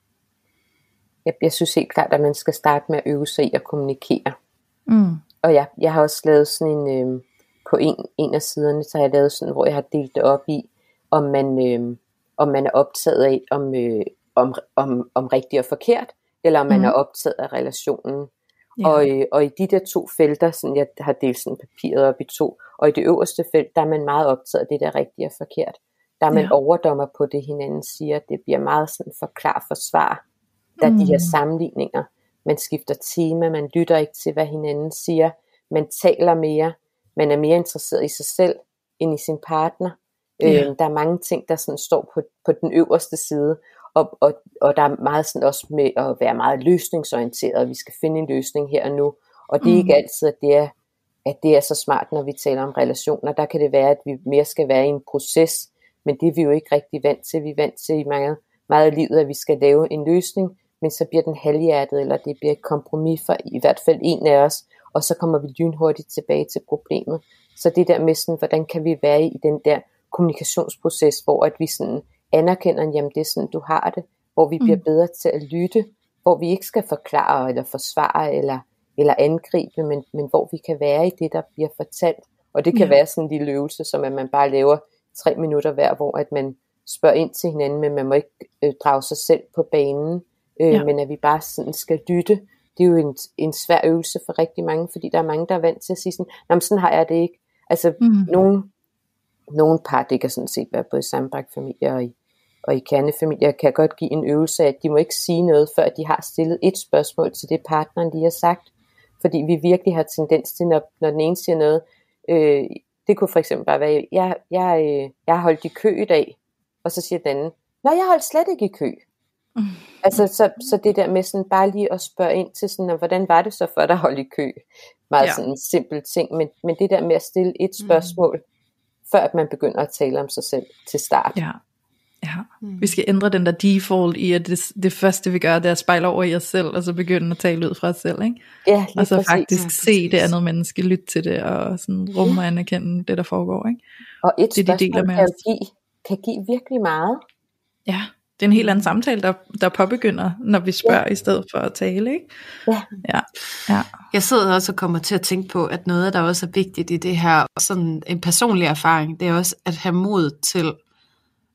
Jeg, jeg synes helt klart, at man skal starte med at øve sig i at kommunikere. Mm. Og ja, jeg har også lavet sådan en, øh, på en, en af siderne, så har jeg lavet sådan, hvor jeg har delt det op i, om man, øh, om man er optaget af, om, øh, om, om, om rigtigt og forkert, eller om man mm. er optaget af relationen. Ja. Og, øh, og i de der to felter, sådan, jeg har delt sådan papiret op i to, og i det øverste felt, der er man meget optaget af det der rigtigt og forkert. Der er man ja. overdommer på det, hinanden siger. Det bliver meget sådan forklar forsvar. Der er mm. de her sammenligninger. Man skifter tema, man lytter ikke til, hvad hinanden siger. Man taler mere. Man er mere interesseret i sig selv, end i sin partner. Ja. Øh, der er mange ting, der sådan står på, på den øverste side. Og, og, og der er meget sådan også med at være meget løsningsorienteret. Vi skal finde en løsning her og nu. Og det er mm. ikke altid, at det er, at det er så smart, når vi taler om relationer. Der kan det være, at vi mere skal være i en proces. Men det er vi jo ikke rigtig vant til. Vi er vant til i meget, meget af livet, at vi skal lave en løsning. Men så bliver den halvhjertet, eller det bliver et kompromis for i hvert fald en af os. Og så kommer vi lynhurtigt tilbage til problemet. Så det der med sådan, hvordan kan vi være i den der kommunikationsproces, hvor at vi sådan anerkender, jamen det er sådan, du har det, hvor vi bliver bedre til at lytte, hvor vi ikke skal forklare eller forsvare eller, eller angribe, men, men hvor vi kan være i det, der bliver fortalt. Og det kan ja. være sådan en lille øvelse, som at man bare laver tre minutter hver, hvor at man spørger ind til hinanden, men man må ikke øh, drage sig selv på banen, øh, ja. men at vi bare sådan skal lytte. Det er jo en, en svær øvelse for rigtig mange, fordi der er mange, der er vant til at sige sådan, jamen sådan har jeg det ikke. Altså mm. nogle, nogle par, det kan sådan set være både i sammenbragt familier og i, og i kernefamilier, kan godt give en øvelse af, at de må ikke sige noget, før de har stillet et spørgsmål til det partneren lige har sagt. Fordi vi virkelig har tendens til, når, når den ene siger noget, øh, det kunne for eksempel bare være, jeg, jeg, øh, jeg har holdt i kø i dag, og så siger den anden, nej, jeg holdt slet ikke i kø. Mm. Altså så, så det der med sådan bare lige at spørge ind til sådan, hvordan var det så for dig at holde i kø? Meget ja. sådan en simpel ting, men, men det der med at stille et spørgsmål, mm. før at man begynder at tale om sig selv til start. Ja, ja. Mm. Vi skal ændre den der default i, at det, det første vi gør, det er at spejle over i os selv, og så begynde at tale ud fra os selv, ikke? Ja, og så præcis. faktisk ja, se det andet menneske, lytte til det, og sådan rumme og anerkende det, der foregår, ikke? Og et det, spørgsmål de deler med kan, os. Give, kan give virkelig meget. Ja, det er en helt anden samtale, der, der påbegynder, når vi spørger ja. i stedet for at tale, ikke? Ja. Ja. Ja. Jeg sidder også og kommer til at tænke på, at noget, der også er vigtigt i det her, sådan en personlig erfaring, det er også at have mod til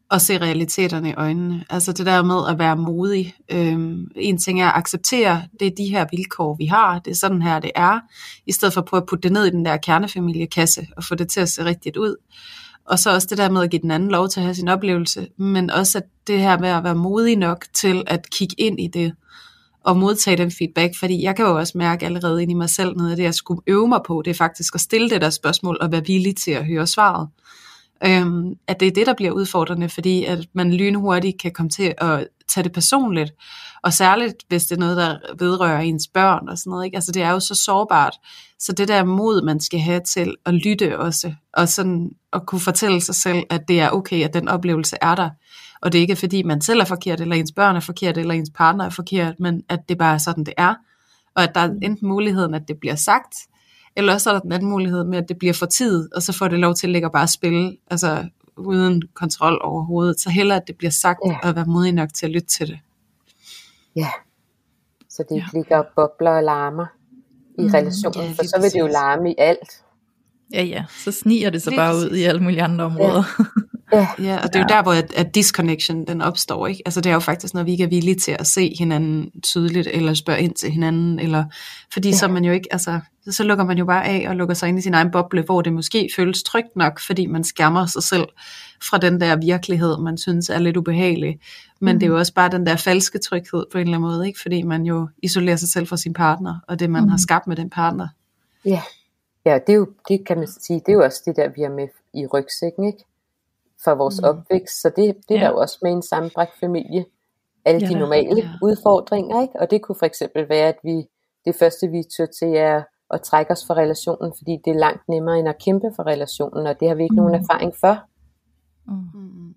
at se realiteterne i øjnene. Altså det der med at være modig. Øhm, en ting er at acceptere, det er de her vilkår, vi har. Det er sådan her, det er. I stedet for at prøve at putte det ned i den der kernefamiliekasse og få det til at se rigtigt ud. Og så også det der med at give den anden lov til at have sin oplevelse. Men også at det her med at være modig nok til at kigge ind i det og modtage den feedback. Fordi jeg kan jo også mærke allerede ind i mig selv noget af det, jeg skulle øve mig på. Det er faktisk at stille det der spørgsmål og være villig til at høre svaret. Øhm, at det er det, der bliver udfordrende, fordi at man lynhurtigt kan komme til at tage det personligt, og særligt hvis det er noget, der vedrører ens børn og sådan noget, ikke? Altså det er jo så sårbart, så det der mod, man skal have til at lytte også, og sådan at kunne fortælle sig selv, at det er okay, at den oplevelse er der, og det er ikke fordi man selv er forkert, eller ens børn er forkert, eller ens partner er forkert, men at det bare er sådan, det er, og at der er enten muligheden, at det bliver sagt, eller også er der den anden mulighed med, at det bliver for tid, og så får det lov til at ligge og bare spille, altså uden kontrol overhovedet. Så hellere, at det bliver sagt, ja. Og være modig nok til at lytte til det. Ja, så det ikke ja. ligger og bobler og larmer i mm, relationen, ja, for så vil det jo larme i alt. Ja, ja, så sniger det sig lige bare præcis. Ud i alle mulige andre områder. Ja, ja og det er jo der, hvor at, at disconnection den opstår, ikke? Altså det er jo faktisk, når vi ikke er villige til at se hinanden tydeligt, eller spørge ind til hinanden, eller fordi ja. så man jo ikke, altså så lukker man jo bare af og lukker sig ind i sin egen boble, hvor det måske føles trygt nok, fordi man skærmer sig selv fra den der virkelighed, man synes er lidt ubehagelig. Men mm. det er jo også bare den der falske tryghed på en eller anden måde, ikke? Fordi man jo isolerer sig selv fra sin partner, og det man mm. har skabt med den partner. Ja, ja, det er jo, det kan man sige, det er jo også det der, vi har med i rygsækken, ikke? For vores mm. opvækst, så det, det er ja. der jo også med en sammenbragt familie. Alle ja, de normale ja. udfordringer, ikke? Og det kunne for eksempel være, at vi, det første vi tør til er at trække os fra relationen, fordi det er langt nemmere end at kæmpe for relationen, og det har vi ikke mm. nogen erfaring for. Mm.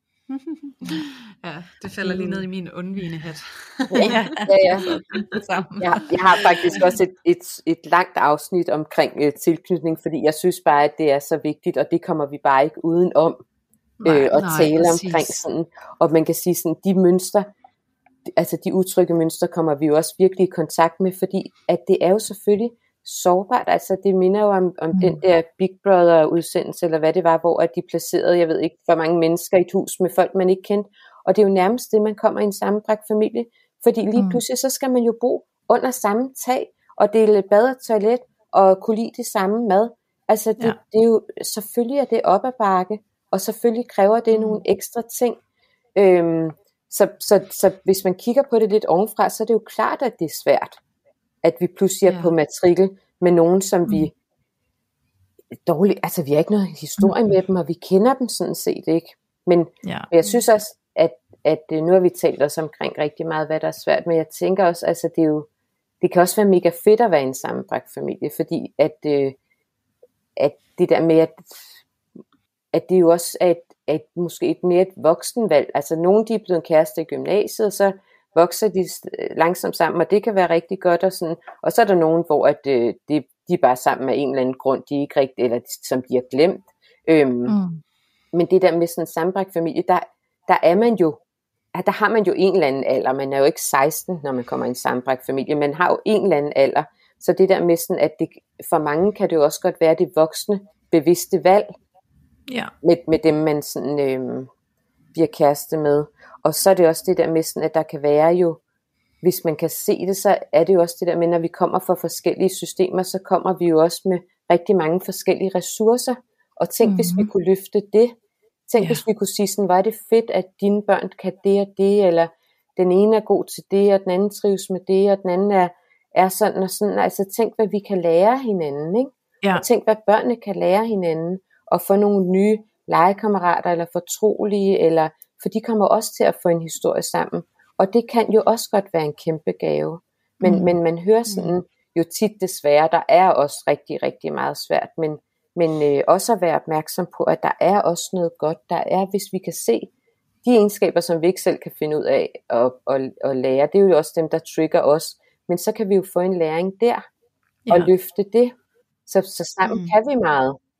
Ja, det falder lige ned i min undvigende hat. ja, ja, ja. Jeg, jeg har faktisk også et, et, et langt afsnit omkring uh, tilknytning, fordi jeg synes bare, at det er så vigtigt, og det kommer vi bare ikke udenom øh, at nej, tale præcis. omkring sådan. Og man kan sige sådan, de mønstre, altså de utrygge mønstre, kommer vi jo også virkelig i kontakt med, fordi at det er jo selvfølgelig sårbart, altså det minder jo om, om mm. den der Big Brother udsendelse, eller hvad det var, hvor at de placerede, jeg ved ikke, for mange mennesker i et hus med folk, man ikke kendte, og det er jo nærmest det, man kommer i en sammenbragt familie, fordi lige mm. pludselig, så skal man jo bo under samme tag, og dele bad og toilet, og kunne lide det samme mad, altså det, ja. det er jo, selvfølgelig er det op ad bakke, og selvfølgelig kræver det mm. nogle ekstra ting, øhm, så, så, så hvis man kigger på det lidt ovenfra, så er det jo klart, at det er svært, at vi pludselig er ja. på matrikel med nogen, som mm. vi dårligt, altså vi har ikke noget historie mm. med dem, og vi kender dem sådan set ikke. Men ja. jeg synes også, at, at nu har vi talt os omkring rigtig meget, hvad der er svært, men jeg tænker også, altså det er jo, det kan også være mega fedt at være en sammenbragt familie, fordi at, øh, at det der med, at, at det jo også er et, et, måske et mere et voksenvalg, altså nogen de er blevet kærester i gymnasiet, og så vokser de langsomt sammen, og det kan være rigtig godt, og sådan, og så er der nogen, hvor at, øh, det, de er bare sammen af en eller anden grund, de er ikke rigtig, eller som de har glemt, øhm, mm. men det der med sådan en sammenbragt familie, der, der er man jo, der har man jo en eller anden alder, man er jo ikke seksten, når man kommer i en sammenbragt familie, man har jo en eller anden alder, så det der med sådan, at det, for mange kan det jo også godt være det voksne, bevidste valg, ja. med, med dem man sådan, øhm, bliver kæreste med. Og så er det også det der med sådan, at der kan være jo, hvis man kan se det, så er det jo også det der med, når vi kommer fra forskellige systemer, så kommer vi jo også med rigtig mange forskellige ressourcer. Og tænk, mm-hmm. hvis vi kunne løfte det. Tænk, ja. hvis vi kunne sige sådan, hvor er det fedt, at dine børn kan det og det, eller den ene er god til det, og den anden trives med det, og den anden er, er sådan og sådan. Altså tænk, hvad vi kan lære hinanden, ikke? Ja. Og tænk, hvad børnene kan lære hinanden, og få nogle nye legekammerater, eller fortrolige, eller for de kommer også til at få en historie sammen. Og det kan jo også godt være en kæmpe gave. Men, mm. men man hører sådan jo tit desværre, der er også rigtig, rigtig meget svært. Men, men øh, også at være opmærksom på, at der er også noget godt. Der er, hvis vi kan se de egenskaber, som vi ikke selv kan finde ud af at, at, at lære. Det er jo også dem, der trigger os. Men så kan vi jo få en læring der. Ja. Og løfte det. Så, så sammen mm. kan vi meget.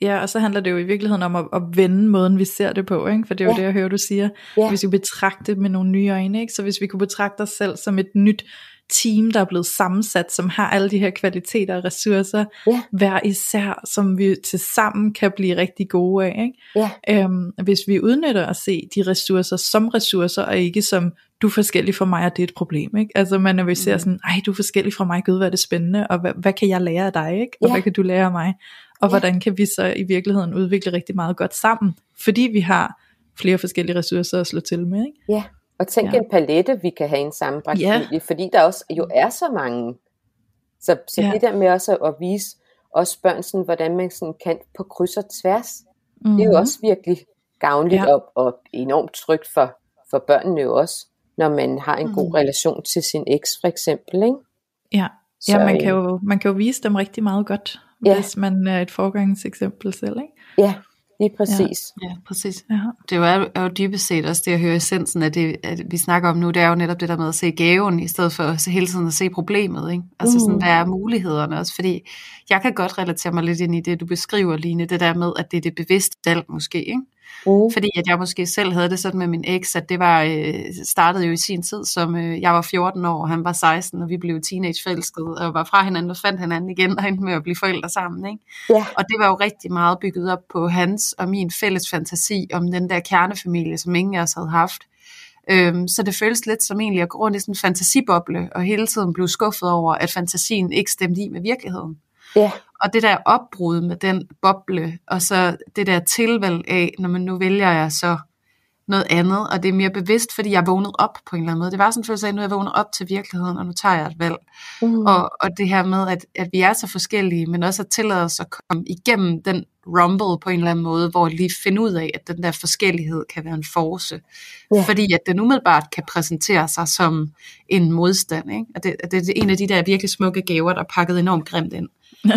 Ja, og så handler det jo i virkeligheden om at, at vende måden, vi ser det på, ikke? For det er jo ja. det, jeg hører, du siger. Ja. Hvis vi betragter det med nogle nye øjne, ikke? Så hvis vi kunne betragte os selv som et nyt team, der er blevet sammensat, som har alle de her kvaliteter og ressourcer, ja. hver især, som vi til sammen kan blive rigtig gode af, ikke? Ja. Øhm, hvis vi udnytter at se de ressourcer som ressourcer, og ikke som, du er forskellig fra mig, og det er et problem, ikke? Altså man når vi ser sådan, ej, du er forskellig fra mig, gud, hvad er det spændende, og hvad, hvad kan jeg lære af dig, ikke? Og ja. hvad kan du lære af mig? Og ja. hvordan kan vi så i virkeligheden udvikle rigtig meget godt sammen, fordi vi har flere forskellige ressourcer at slå til med, ikke? Ja. Og tænk ja. en palette, vi kan have i en sammenbragt ja. familie, fordi der også jo er så mange. Så, så ja. det der med også at, at vise os børn, sådan, hvordan man sådan kan på kryds og tværs, mm-hmm. det er jo også virkelig gavnligt ja. og, og enormt trygt for, for børnene jo også, når man har en god mm. relation til sin eks for eksempel, ikke? Ja, så, ja man, kan jo, man kan jo vise dem rigtig meget godt, ja. hvis man er et forgangseksempel selv, ikke? Ja. Lige præcis. Ja, ja præcis. Ja. Det er jo, er jo dybest set også det, jeg hører essensen af det, at vi snakker om nu, det er jo netop det der med at se gaven, i stedet for at hele tiden at se problemet, ikke? Altså sådan, der er mulighederne også, fordi jeg kan godt relatere mig lidt ind i det, du beskriver, Line, det der med, at det er det bevidste valg måske, ikke? Uh. Fordi at jeg måske selv havde det sådan med min eks, at det var øh, startede jo i sin tid, som øh, jeg var fjorten år, og han var seksten, og vi blev teenageforelskede, og var fra hinanden og fandt hinanden igen, og endte med at blive forældre sammen, ikke? Yeah. Og det var jo rigtig meget bygget op på hans og min fælles fantasi om den der kernefamilie, som ingen af os havde haft. Øhm, så det føles lidt som egentlig at gå rundt i sådan en fantasiboble, og hele tiden blive skuffet over, at fantasien ikke stemte i med virkeligheden. Yeah. Og det der opbrud med den boble, og så det der tilvalg af, når man nu vælger jeg så noget andet, og det er mere bevidst, fordi jeg vågnede op på en eller anden måde. Det var sådan en følelse af, at nu er jeg vågnet op til virkeligheden, og nu tager jeg et valg. Mm. Og, og det her med, at, at vi er så forskellige, men også at tillade os at komme igennem den rumble på en eller anden måde, hvor lige finder ud af, at den der forskellighed kan være en force. Yeah. Fordi at den umiddelbart kan præsentere sig som en modstand. Ikke? Og det, det er en af de der virkelig smukke gaver, der er pakket enormt grimt ind.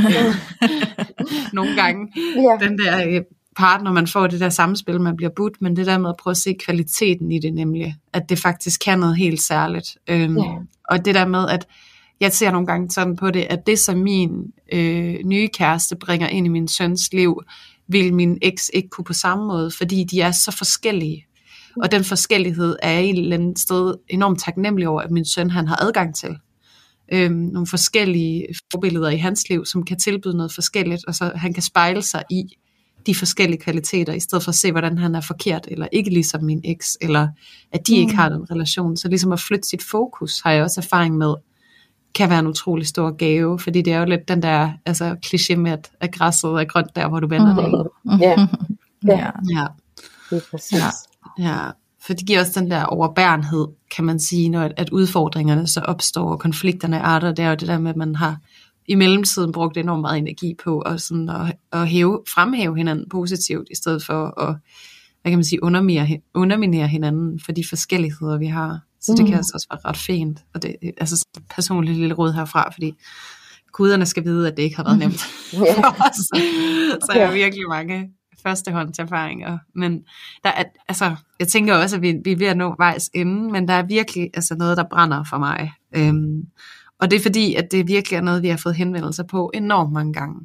Nogle gange. Yeah. Den der partner, man får det der samspil, man bliver budt, men det der med at prøve at se kvaliteten i det nemlig, at det faktisk kan noget helt særligt. Øhm, yeah. Og det der med, at jeg ser nogle gange sådan på det, at det som min øh, nye kæreste bringer ind i min søns liv, vil min eks ikke kunne på samme måde, fordi de er så forskellige. Og den forskellighed er i et eller andet sted enormt taknemmelig over, at min søn han har adgang til. Øhm, nogle forskellige forbilleder i hans liv, som kan tilbyde noget forskelligt, og så han kan spejle sig i de forskellige kvaliteter, i stedet for at se, hvordan han er forkert, eller ikke ligesom min eks, eller at de mm. ikke har den relation. Så ligesom at flytte sit fokus, har jeg også erfaring med, kan være en utrolig stor gave, fordi det er jo lidt den der altså, kliché med, at, at græsset er grønt der, hvor du vender det. Ja, ja, ja. Det er præcis. Ja. Ja. For det giver også den der overbærenhed, kan man sige, når at, at udfordringerne så opstår, og konflikterne er der. Det er jo det der med, at man har i mellemtiden brugt enormt meget energi på at, sådan at, at hæve, fremhæve hinanden positivt, i stedet for at, hvad kan man sige, underminere, underminere hinanden for de forskelligheder, vi har. Så det mm. kan altså også være ret fint. Og det er altså et personligt lille råd herfra, fordi guderne skal vide, at det ikke har været nemt for os. Så er der virkelig mange førstehåndserfaringer. Men der er, altså, jeg tænker også, at vi, vi er ved at nå vejs ende, men der er virkelig altså, noget, der brænder for mig. Øhm, og det er fordi, at det virkelig er noget, vi har fået henvendelser på enormt mange gange.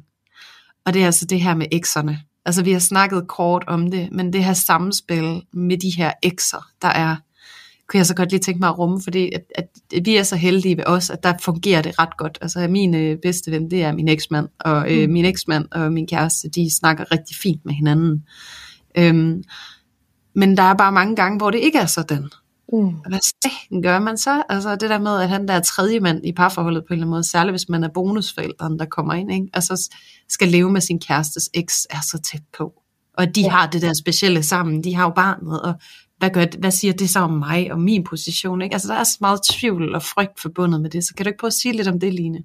Og det er altså det her med ekserne. Altså vi har snakket kort om det, men det her samspil med de her ekser, der er, kunne jeg så godt lige tænke mig at rumme, fordi at, at, at vi er så heldige ved os, at der fungerer det ret godt. Altså min øh, bedste ven, det er min eksmand, og øh, mm. min eksmand og min kæreste, de snakker rigtig fint med hinanden. Øhm, men der er bare mange gange, hvor det ikke er sådan. Mm. Hvad sagen gør man så? Altså det der med, at han der er tredje mand i parforholdet på en eller anden måde, særligt hvis man er bonusforældren, der kommer ind, ikke? Og så skal leve med sin kærestes eks, er så tæt på. Og de ja. har det der specielle sammen, de har jo barnet, og hvad, gør det, hvad siger det så om mig og min position? Ikke? Altså der er så meget tvivl og frygt forbundet med det, så kan du ikke prøve at sige lidt om det, Line?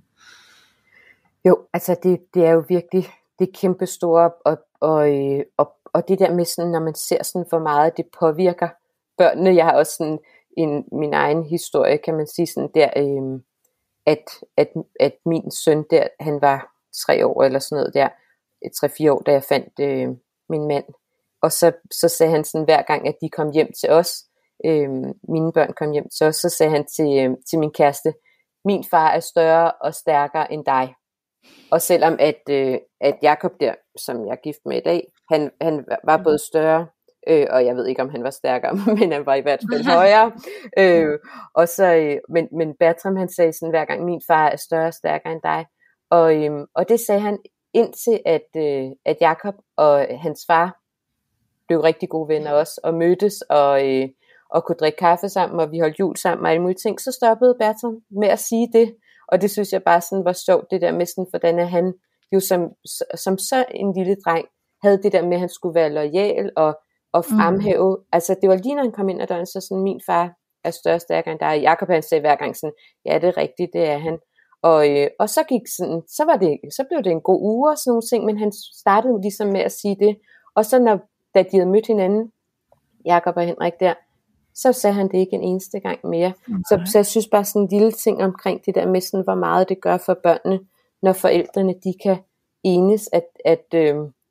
Jo, altså det, det er jo virkelig det kæmpe store, og, og, og, og det der med sådan, når man ser sådan for meget, det påvirker børnene. Jeg har også sådan en, min egen historie, kan man sige sådan der, øh, at, at, at min søn der, han var tre år eller sådan noget der, tre-fire år, da jeg fandt øh, min mand. Og så, så sagde han sådan, hver gang, at de kom hjem til os, øh, mine børn kom hjem til os, så sagde han til, øh, til min kæreste, min far er større og stærkere end dig. og selvom at, øh, at Jakob der, som jeg er gift med i dag, han, han var både større, øh, og jeg ved ikke om han var stærkere, men han var i hvert fald højere, øh, og så, øh, men, men Bertram han sagde sådan hver gang, min far er større og stærkere end dig, og, øh, og det sagde han indtil at, øh, at Jakob og hans far blev rigtig gode venner også, og mødtes, og, øh, og kunne drikke kaffe sammen, og vi holdt jul sammen, og alle mulige ting, så stoppede Bertram med at sige det, og det synes jeg bare sådan var sjovt, det der med sådan, hvordan at han jo som, som så en lille dreng, havde det der med, at han skulle være loyal, og, og fremhæve, mm. altså det var lige når han kom ind ad døren, så sådan, min far er større og stærkere end dig, Jakob han sagde hver gang sådan, ja det er rigtigt, det er han, og, øh, og så gik sådan, så var det, så blev det en god uge og sådan nogle ting, men han startede ligesom med at sige det, og så når, da de havde mødt hinanden, Jakob og Henrik der, så sagde han det ikke en eneste gang mere. Okay. Så, så jeg synes bare sådan en lille ting omkring det der med sådan, hvor meget det gør for børnene, når forældrene de kan enes, at, at, øh,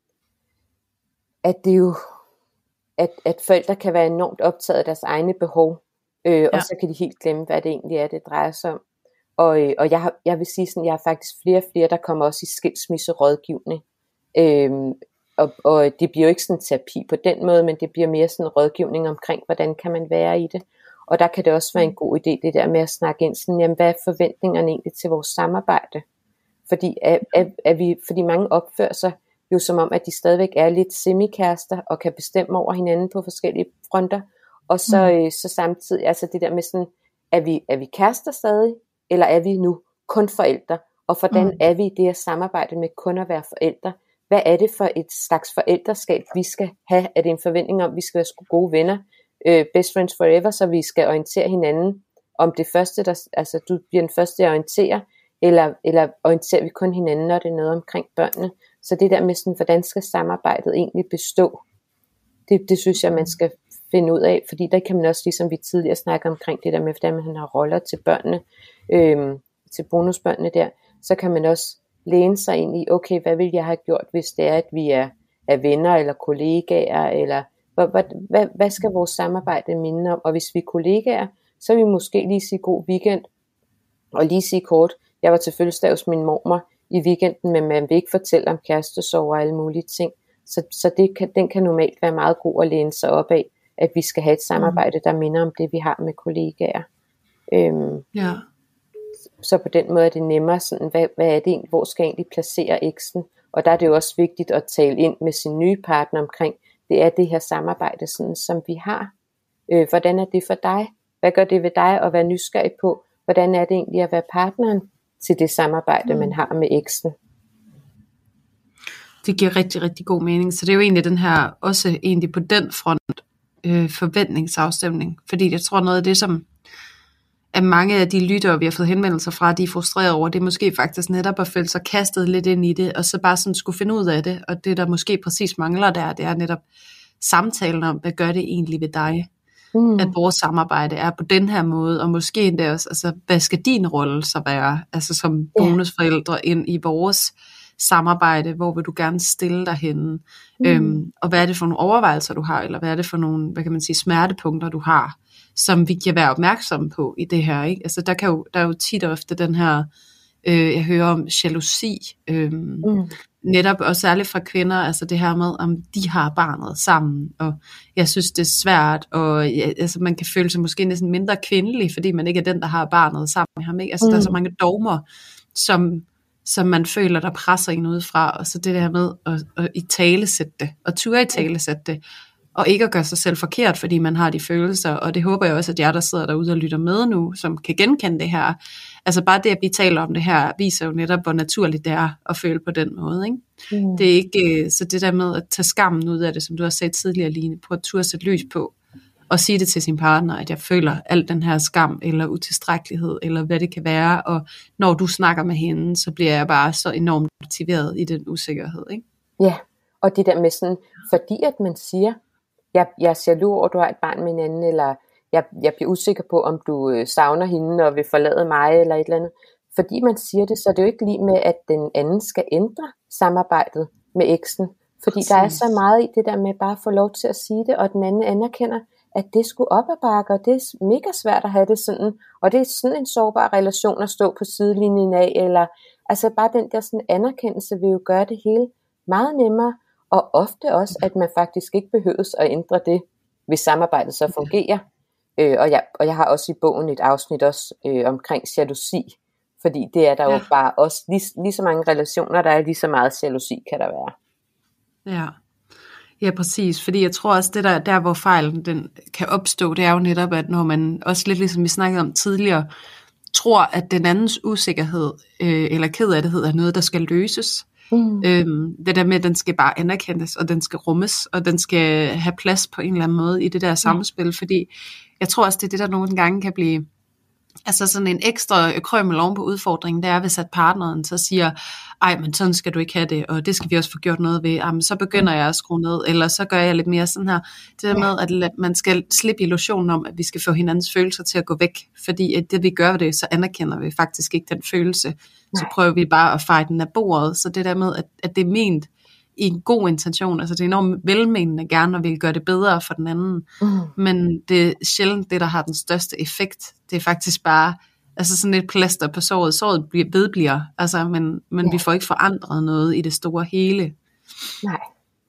at det jo, at, at forældre kan være enormt optaget af deres egne behov, øh, ja. Og så kan de helt glemme, hvad det egentlig er, det drejer sig om. Og, øh, og jeg, har, jeg vil sige sådan, jeg har faktisk flere og flere, der kommer også i skilsmisserådgivning. Øh, Og, og det bliver jo ikke sådan terapi på den måde, men det bliver mere sådan rådgivning omkring, hvordan kan man være i det. Og der kan det også være en god idé, det der med at snakke ind sådan, jamen hvad er forventningerne egentlig til vores samarbejde? Fordi, er, er, er vi, fordi mange opfører sig jo som om, at de stadigvæk er lidt semikærester, og kan bestemme over hinanden på forskellige fronter. Og så, mm. øh, så samtidig, altså det der med sådan, er vi, er vi kærester stadig, eller er vi nu kun forældre? Og hvordan mm. er vi i det at samarbejde med kun at være forældre? Hvad er det for et slags forældreskab, vi skal have? Er det en forventning om, at vi skal være gode venner? Øh, best friends forever, så vi skal orientere hinanden om det første, der, altså du bliver den første, jeg orienterer, eller, eller orienterer vi kun hinanden, når det er noget omkring børnene? Så det der med sådan, hvordan skal samarbejdet egentlig bestå? Det, det synes jeg, man skal finde ud af, fordi der kan man også, ligesom vi tidligere snakkede omkring det der med, hvordan man har roller til børnene, øh, til bonusbørnene der, så kan man også læne sig ind i, okay, hvad vil jeg have gjort, hvis det er, at vi er, er venner eller kollegaer, eller hvad, hvad, hvad, hvad skal vores samarbejde minde om? Og hvis vi er kollegaer, så vil vi måske lige sige god weekend, og lige sige kort, jeg var til fødselsdag hos min mormor i weekenden, men man vil ikke fortælle om kærestesorg og alle mulige ting. Så, så det kan, den kan normalt være meget god at læne sig op af, at vi skal have et samarbejde, der minder om det, vi har med kollegaer. Øhm, ja. Så på den måde er det nemmere sådan, hvad, hvad er det egentlig, hvor skal jeg egentlig placere eksen? Og der er det jo også vigtigt at tale ind med sin nye partner omkring, det er det her samarbejde, sådan, som vi har. Øh, hvordan er det for dig? Hvad gør det ved dig at være nysgerrig på? Hvordan er det egentlig at være partneren til det samarbejde, mm. man har med eksen? Det giver rigtig, rigtig god mening. Så det er jo egentlig den her, også egentlig på den front, øh, forventningsafstemning. Fordi jeg tror noget af det, som at mange af de lyttere, vi har fået henvendelser fra, de er frustreret over, det er måske faktisk netop at føle sig kastet lidt ind i det, og så bare sådan skulle finde ud af det, og det der måske præcis mangler der, det er netop samtalen om, hvad gør det egentlig ved dig, mm. at vores samarbejde er på den her måde, og måske endda også, altså hvad skal din rolle så være, altså som bonusforældre ind i vores samarbejde, hvor vil du gerne stille dig henne, mm. øhm, og hvad er det for nogle overvejelser du har, eller hvad er det for nogle, hvad kan man sige, smertepunkter du har, som vi kan være opmærksomme på i det her, ikke? Altså der kan jo, der er jo tit og ofte den her, øh, jeg hører om jalousi, øh, mm. netop og særligt fra kvinder, altså det her med, om de har barnet sammen, og jeg synes det er svært, og ja, altså man kan føle sig måske næsten mindre kvindelig, fordi man ikke er den, der har barnet sammen med ham, ikke? Altså mm. der er så mange dogmer, som som man føler, der presser en udefra, og så det der med at, at italesætte det, og ture italesætte det, og ikke at gøre sig selv forkert, fordi man har de følelser, og det håber jeg også, at jer, der sidder derude og lytter med nu, som kan genkende det her, altså bare det, at vi taler om det her, viser jo netop, hvor naturligt det er at føle på den måde, ikke? Mm. Det er ikke, så det der med at tage skammen ud af det, som du har sagt tidligere, Line, på at turde sætte lys på, og sige det til sin partner, at jeg føler al den her skam, eller utilstrækkelighed, eller hvad det kan være, og når du snakker med hende, så bliver jeg bare så enormt motiveret i den usikkerhed, ikke? Ja, og det der med sådan, fordi at man siger, jeg, jeg er jaloux over, du har et barn med en anden, eller jeg, jeg bliver usikker på, om du øh, savner hende, og vil forlade mig, eller et eller andet. Fordi man siger det, så er det jo ikke lige med, at den anden skal ændre samarbejdet med eksen. Fordi Præcis. Der er så meget i det der med bare at få lov til at sige det, og den anden anerkender, at det skulle op ad bakke, og det er mega svært at have det sådan, og det er sådan en sårbar relation at stå på sidelinjen af, eller Altså bare den der sådan anerkendelse vil jo gøre det hele meget nemmere, og ofte også, at man faktisk ikke behøves at ændre det, hvis samarbejdet så fungerer. Øh, og, jeg, og jeg har også i bogen et afsnit også øh, omkring jalousi, fordi det er der ja. jo bare også lige, lige så mange relationer, der er lige så meget jalousi, kan der være. Ja. Ja, præcis, fordi jeg tror også, det der, der hvor fejlen den kan opstå, det er jo netop, at når man, også lidt ligesom vi snakkede om tidligere, tror, at den andens usikkerhed øh, eller kedsomhed er noget, der skal løses. Mm. Øhm, det der med, at den skal bare anerkendes, og den skal rummes, og den skal have plads på en eller anden måde i det der samspil, mm. fordi jeg tror også, det er det, der nogle gange kan blive, altså sådan en ekstra krømmel oven på udfordringen, det er, hvis at partneren så siger, ej, men sådan skal du ikke have det, og det skal vi også få gjort noget ved, jamen, så begynder jeg at skrue ned, eller så gør jeg lidt mere sådan her, det der med, at man skal slippe illusionen om, at vi skal få hinandens følelser til at gå væk, fordi at det vi gør det, så anerkender vi faktisk ikke den følelse, så prøver vi bare at feje den af bordet, så det der med, at, at det er ment i en god intention, altså det er enormt velmenende gerne, og vil gøre det bedre for den anden, mm. men det er sjældent det, der har den største effekt, det er faktisk bare, altså sådan et plaster på såret, såret vedbliver, altså, men, men ja. vi får ikke forandret noget i det store hele. Nej,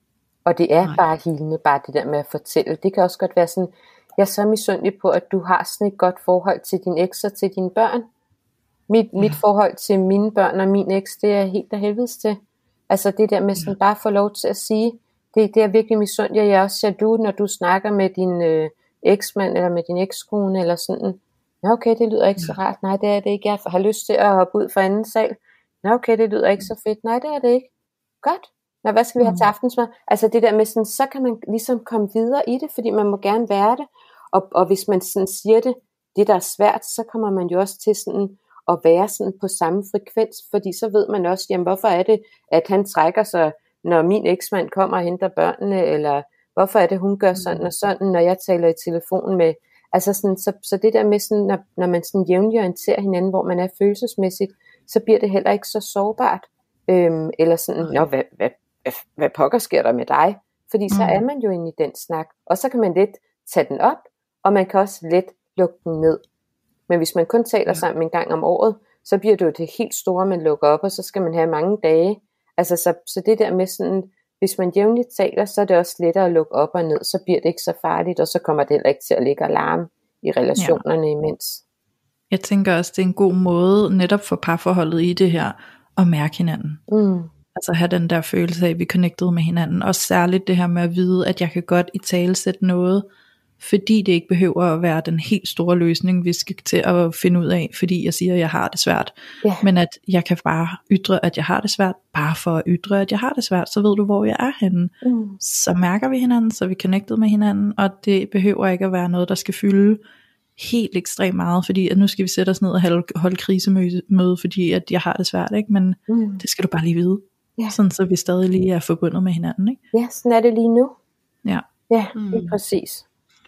og det er Nej. bare helende, bare det der med at fortælle, det kan også godt være sådan, jeg er så misundelig på, at du har sådan et godt forhold til din eks og til dine børn, mit, ja. mit forhold til mine børn og min eks, det er helt af helvedes til. Altså det der med sådan ja. bare at få lov til at sige, det, det er virkelig misundelig, jeg er også jaloux, når du snakker med din øh, eksmand, eller med din ekskone, eller sådan, nå okay, det lyder ikke ja. så rart, nej det er det ikke, jeg har lyst til at hoppe ud fra anden sal, nå okay, det lyder ikke så fedt, nej det er det ikke, godt, nå hvad skal vi have til aftensmad, altså det der med sådan, så kan man ligesom komme videre i det, fordi man må gerne være det, og, og hvis man sådan siger det, det der er svært, så kommer man jo også til sådan, at være sådan på samme frekvens, fordi så ved man også, jamen hvorfor er det, at han trækker sig, når min eksmand kommer og henter børnene, eller hvorfor er det, hun gør sådan og sådan, når jeg taler i telefon med, altså sådan, så, så det der med sådan, når, når man sådan jævnligt orienterer hinanden, hvor man er følelsesmæssigt, så bliver det heller ikke så sårbart, øhm, eller sådan, nå, hvad, hvad, hvad, hvad pokker sker der med dig? Fordi så er man jo inde i den snak, og så kan man let tage den op, og man kan også let lukke den ned. Men hvis man kun taler sammen en gang om året, så bliver det jo det helt store, man lukker op, og så skal man have mange dage. Altså, så, så det der med sådan, hvis man jævnligt taler, så er det også lettere at lukke op og ned, så bliver det ikke så farligt, og så kommer det heller ikke til at ligge alarm i relationerne ja. imens. Jeg tænker også, det er en god måde, netop for parforholdet i det her, at mærke hinanden. Mm. Altså have den der følelse af, at vi er connected med hinanden. Også særligt det her med at vide, at jeg kan godt italesætte noget, fordi det ikke behøver at være den helt store løsning, vi skal til at finde ud af, fordi jeg siger, at jeg har det svært. Yeah. Men at jeg kan bare ytre, at jeg har det svært, bare for at ytre, at jeg har det svært, så ved du, hvor jeg er henne. Mm. Så mærker vi hinanden, så er vi connected med hinanden, og det behøver ikke at være noget, der skal fylde helt ekstremt meget, fordi at nu skal vi sætte os ned og holde, holde krisemøde, fordi at jeg har det svært, ikke? Men mm. det skal du bare lige vide. Yeah. Sådan så vi stadig lige er forbundet med hinanden, ikke? Ja, sådan er det lige nu. Ja, ja mm. det er præcis.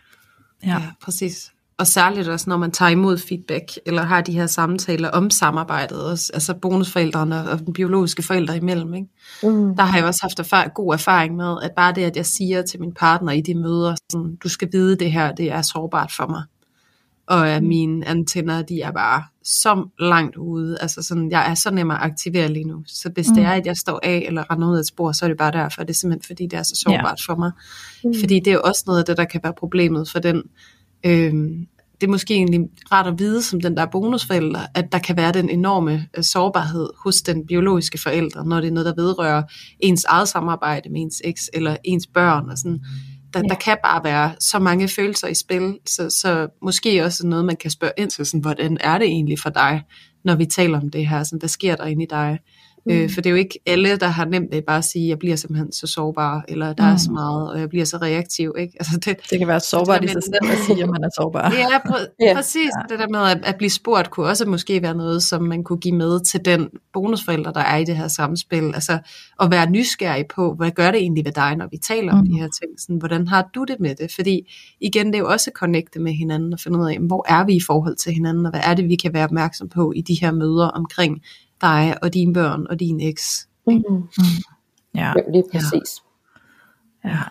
Ja. ja, præcis. Og særligt også, når man tager imod feedback, eller har de her samtaler om samarbejdet, også, altså bonusforældrene og den biologiske forældre imellem. Ikke? Mm. Der har jeg også haft erfar- god erfaring med, at bare det, at jeg siger til min partner i de møder, sådan, du skal vide det her, det er sårbart for mig. Og at mine antenner, de er bare så langt ude. Altså sådan, jeg er så nem at aktivere lige nu. Så hvis mm. det er, at jeg står af eller render ud af et spor, så er det bare derfor. Det er simpelthen, fordi det er så sårbart ja. for mig. Mm. Fordi det er jo også noget af det, der kan være problemet for den. Øhm, det er måske egentlig ret at vide, som den der bonusforælder, at der kan være den enorme øh, sårbarhed hos den biologiske forælder, når det er noget, der vedrører ens eget samarbejde med ens eks eller ens børn og sådan. Der, ja. der kan bare være så mange følelser i spil, så, så måske også noget, man kan spørge ind til, sådan, hvordan er det egentlig for dig, når vi taler om det her, sådan, hvad sker der inde i dig? Mm. Øh, for det er jo ikke alle, der har nemt ved bare at sige, jeg bliver simpelthen så sårbar, eller der mm. er så meget, og jeg bliver så reaktiv. Ikke? Altså det, det kan være sårbart i sig selv at sige, at man er sårbar. Ja, pr- yeah. præcis. Ja. Det der med at, at blive spurgt, kunne også måske være noget, som man kunne give med til den bonusforælder, der er i det her samspil. Altså at være nysgerrig på, hvad gør det egentlig ved dig, når vi taler mm. om de her ting? Sådan, hvordan har du det med det? Fordi igen, det er jo også at connecte med hinanden, og finde ud af, hvor er vi i forhold til hinanden, og hvad er det, vi kan være opmærksom på i de her møder omkring dig og dine børn og din eks. Mm. Mm. Ja, det er præcis. Ja. Ja.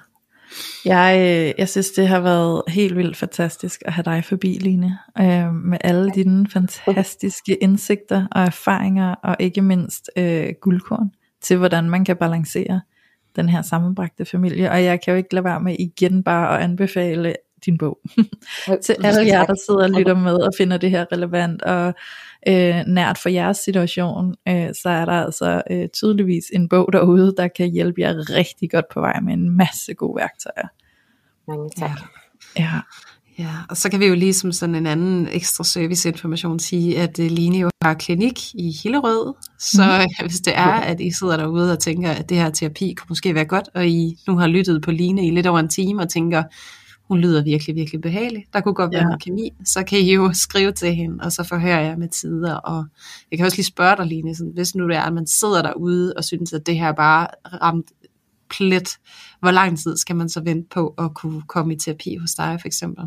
Jeg, øh, jeg synes, det har været helt vildt fantastisk at have dig forbi, Line, øh, med alle dine fantastiske indsigter og erfaringer, og ikke mindst øh, guldkorn til, hvordan man kan balancere den her sammenbragte familie. Og jeg kan jo ikke lade være med igen bare at anbefale din bog til alle jer, der sidder og lytter med og finder det her relevant og øh, nært for jeres situation. Øh, så er der altså øh, tydeligvis en bog derude, der kan hjælpe jer rigtig godt på vej med en masse gode værktøjer. Mange tak. Ja. Ja. Ja, og så kan vi jo lige som sådan en anden ekstra serviceinformation sige, at uh, Line jo har klinik i Hillerød, så mm. hvis det er, at I sidder derude og tænker, at det her terapi kunne måske være godt, og I nu har lyttet på Line i lidt over en time og tænker, hun lyder virkelig, virkelig behagelig, der kunne godt være ja. noget kemi, så kan I jo skrive til hende, og så forhører jeg med tider, og jeg kan også lige spørge dig, Line, sådan, hvis nu det er, at man sidder derude og synes, at det her bare ramt plet, hvor lang tid skal man så vente på at kunne komme i terapi hos dig, for eksempel?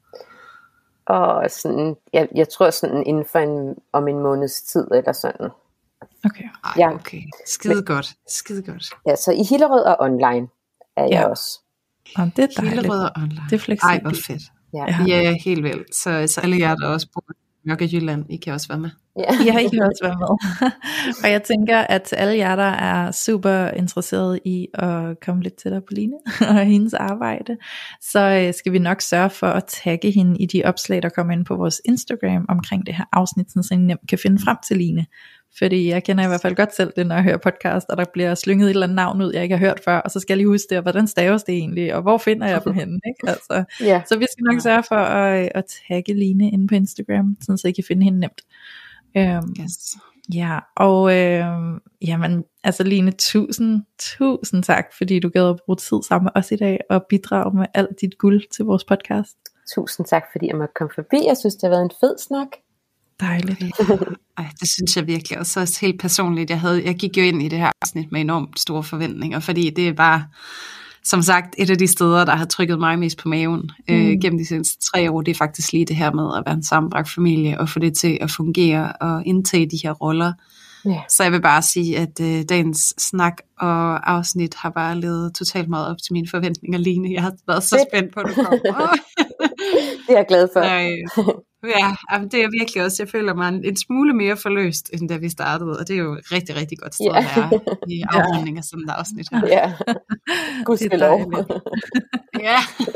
Og sådan, jeg, jeg tror sådan inden for en, om en måneds tid eller sådan. Okay. Ej, ja. okay. Skide godt. Skide godt. Ja, så i Hillerød og online er ja. jeg også. Og det er dejligt. Hillerød og online. Det er fleksibelt. Ej, hvor fedt. Ja, ja, ja helt vildt. Så, så alle jer, der også bor i Mørke Jylland, I kan også være med. Ja, ja I kan også være med. Og jeg tænker, at til alle jer, der er super interesserede i at komme lidt tættere på Line og hendes arbejde, så skal vi nok sørge for at tagge hende i de opslag, der kommer ind på vores Instagram omkring det her afsnit, så I nemt kan finde frem til Line. Fordi jeg kender i hvert fald godt selv det, når jeg hører podcast, og der bliver slynget et eller andet navn ud, jeg ikke har hørt før, og så skal jeg lige huske det, og hvordan staves det egentlig, og hvor finder jeg dem henne, ikke? Altså, yeah. Så vi skal nok sørge for at, at tagge Line inde på Instagram, så I kan finde hende nemt. Øhm, yes. Ja, og øhm, jamen, altså Line, tusind, tusind tak, fordi du gad at bruge tid sammen med os i dag, og bidrage med alt dit guld til vores podcast. Tusind tak, fordi jeg måtte komme forbi. Jeg synes, det har været en fed snak. Dejligt. Ej, det synes jeg virkelig også, også helt personligt. Jeg, havde, jeg gik jo ind i det her afsnit med enormt store forventninger, fordi det er bare, som sagt, et af de steder, der har trykket mig mest på maven mm. øh, gennem de seneste tre år. Det er faktisk lige det her med at være en sammenbragt familie, og få det til at fungere og indtage de her roller. Yeah. Så jeg vil bare sige, at øh, dagens snak og afsnit har bare levet totalt meget op til mine forventninger, Line. Jeg har været så spændt på, at du kommer. Det er jeg glad for. Øh, Ja, det er virkelig også, jeg føler mig en, en smule mere forløst, end da vi startede, og det er jo et rigtig, rigtig godt sted yeah. at være i afrunding af sådan et afsnit her. Ja, gudskelov. Ja,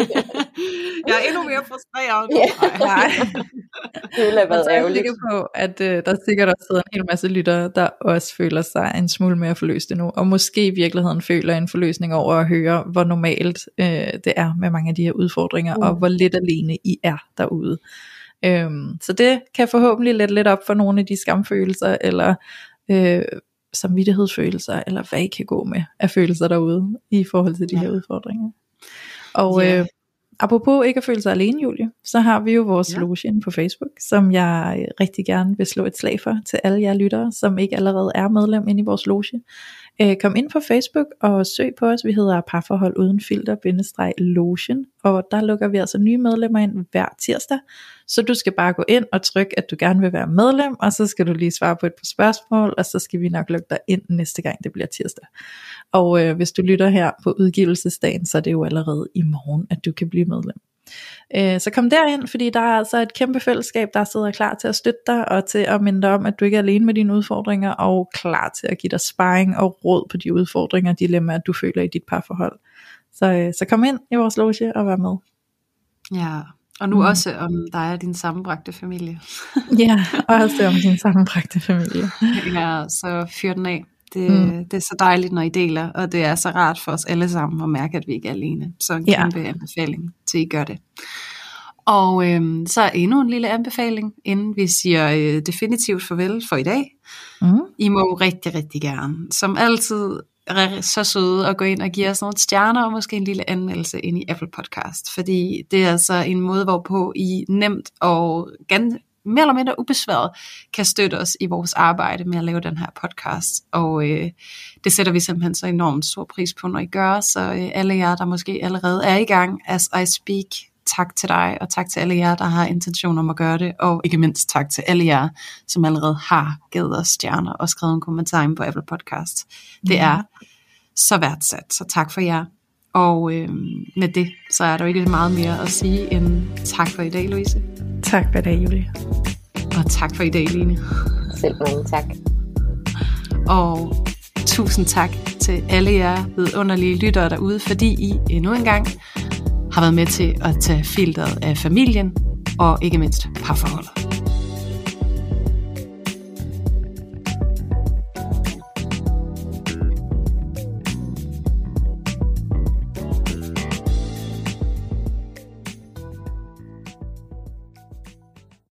jeg er endnu mere frustreret. Yeah. Nej. Det ville have været ærgerligt. Jeg er på, at uh, der sikkert også sidder en hel masse lyttere, der også føler sig en smule mere forløst endnu, og måske i virkeligheden føler en forløsning over at høre, hvor normalt uh, det er med mange af de her udfordringer, mm. og hvor lidt alene I er derude. Øhm, så det kan forhåbentlig lette lidt op for nogle af de skamfølelser eller øh, samvittighedsfølelser, eller hvad I kan gå med af følelser derude i forhold til de ja. her udfordringer. Og yeah. øh, apropos ikke at føle sig alene, Julie, så har vi jo vores ja. loge inde på Facebook, som jeg rigtig gerne vil slå et slag for til alle jer lyttere, som ikke allerede er medlem inde i vores loge. Øh, kom ind på Facebook og søg på os. Vi hedder Parforhold Uden Filter bindestreg logen, og der lukker vi altså nye medlemmer ind hver tirsdag. Så du skal bare gå ind og trykke, at du gerne vil være medlem, og så skal du lige svare på et par spørgsmål, og så skal vi nok lukke dig ind næste gang det bliver tirsdag. Og øh, hvis du lytter her på udgivelsesdagen, så er det jo allerede i morgen, at du kan blive medlem. Øh, så kom derind, fordi der er altså et kæmpe fællesskab, der sidder klar til at støtte dig, og til at minde dig om, at du ikke er alene med dine udfordringer, og klar til at give dig sparring og råd på de udfordringer og dilemmaer, du føler i dit parforhold. Så, øh, så kom ind i vores loge og vær med. Ja, og nu mm. også om der er din sammenbragte familie. Ja, også om din sammenbragte familie. Ja, så fyr den af. Det, mm. det er så dejligt, når I deler, og det er så rart for os alle sammen at mærke, at vi ikke er alene. Så en kæmpe ja. anbefaling til, I gør det. Og øhm, så endnu en lille anbefaling, inden vi siger øh, definitivt farvel for i dag. Mm. I må rigtig, rigtig gerne, som altid, så søde at gå ind og give os nogle stjerner, og måske en lille anmeldelse ind i Apple Podcast. Fordi det er altså en måde, hvorpå I nemt og ganske mere eller mindre ubesværet kan støtte os i vores arbejde med at lave den her podcast, og øh, det sætter vi simpelthen så enormt stor pris på, når I gør, så øh, alle jer, der måske allerede er i gang, as I speak, tak til dig, og tak til alle jer, der har intention om at gøre det, og ikke mindst tak til alle jer, som allerede har givet os stjerner og skrevet en kommentar på Apple Podcast. Det er så værdsat, så tak for jer. Og øh, med det, så er der jo ikke meget mere at sige end tak for i dag, Louise. Tak for i dag, Julie. Og tak for i dag, Line. Selv mange tak. Og tusind tak til alle jer vidunderlige lyttere derude, fordi I endnu en gang har været med til at tage filteret af familien og ikke mindst parforholdet.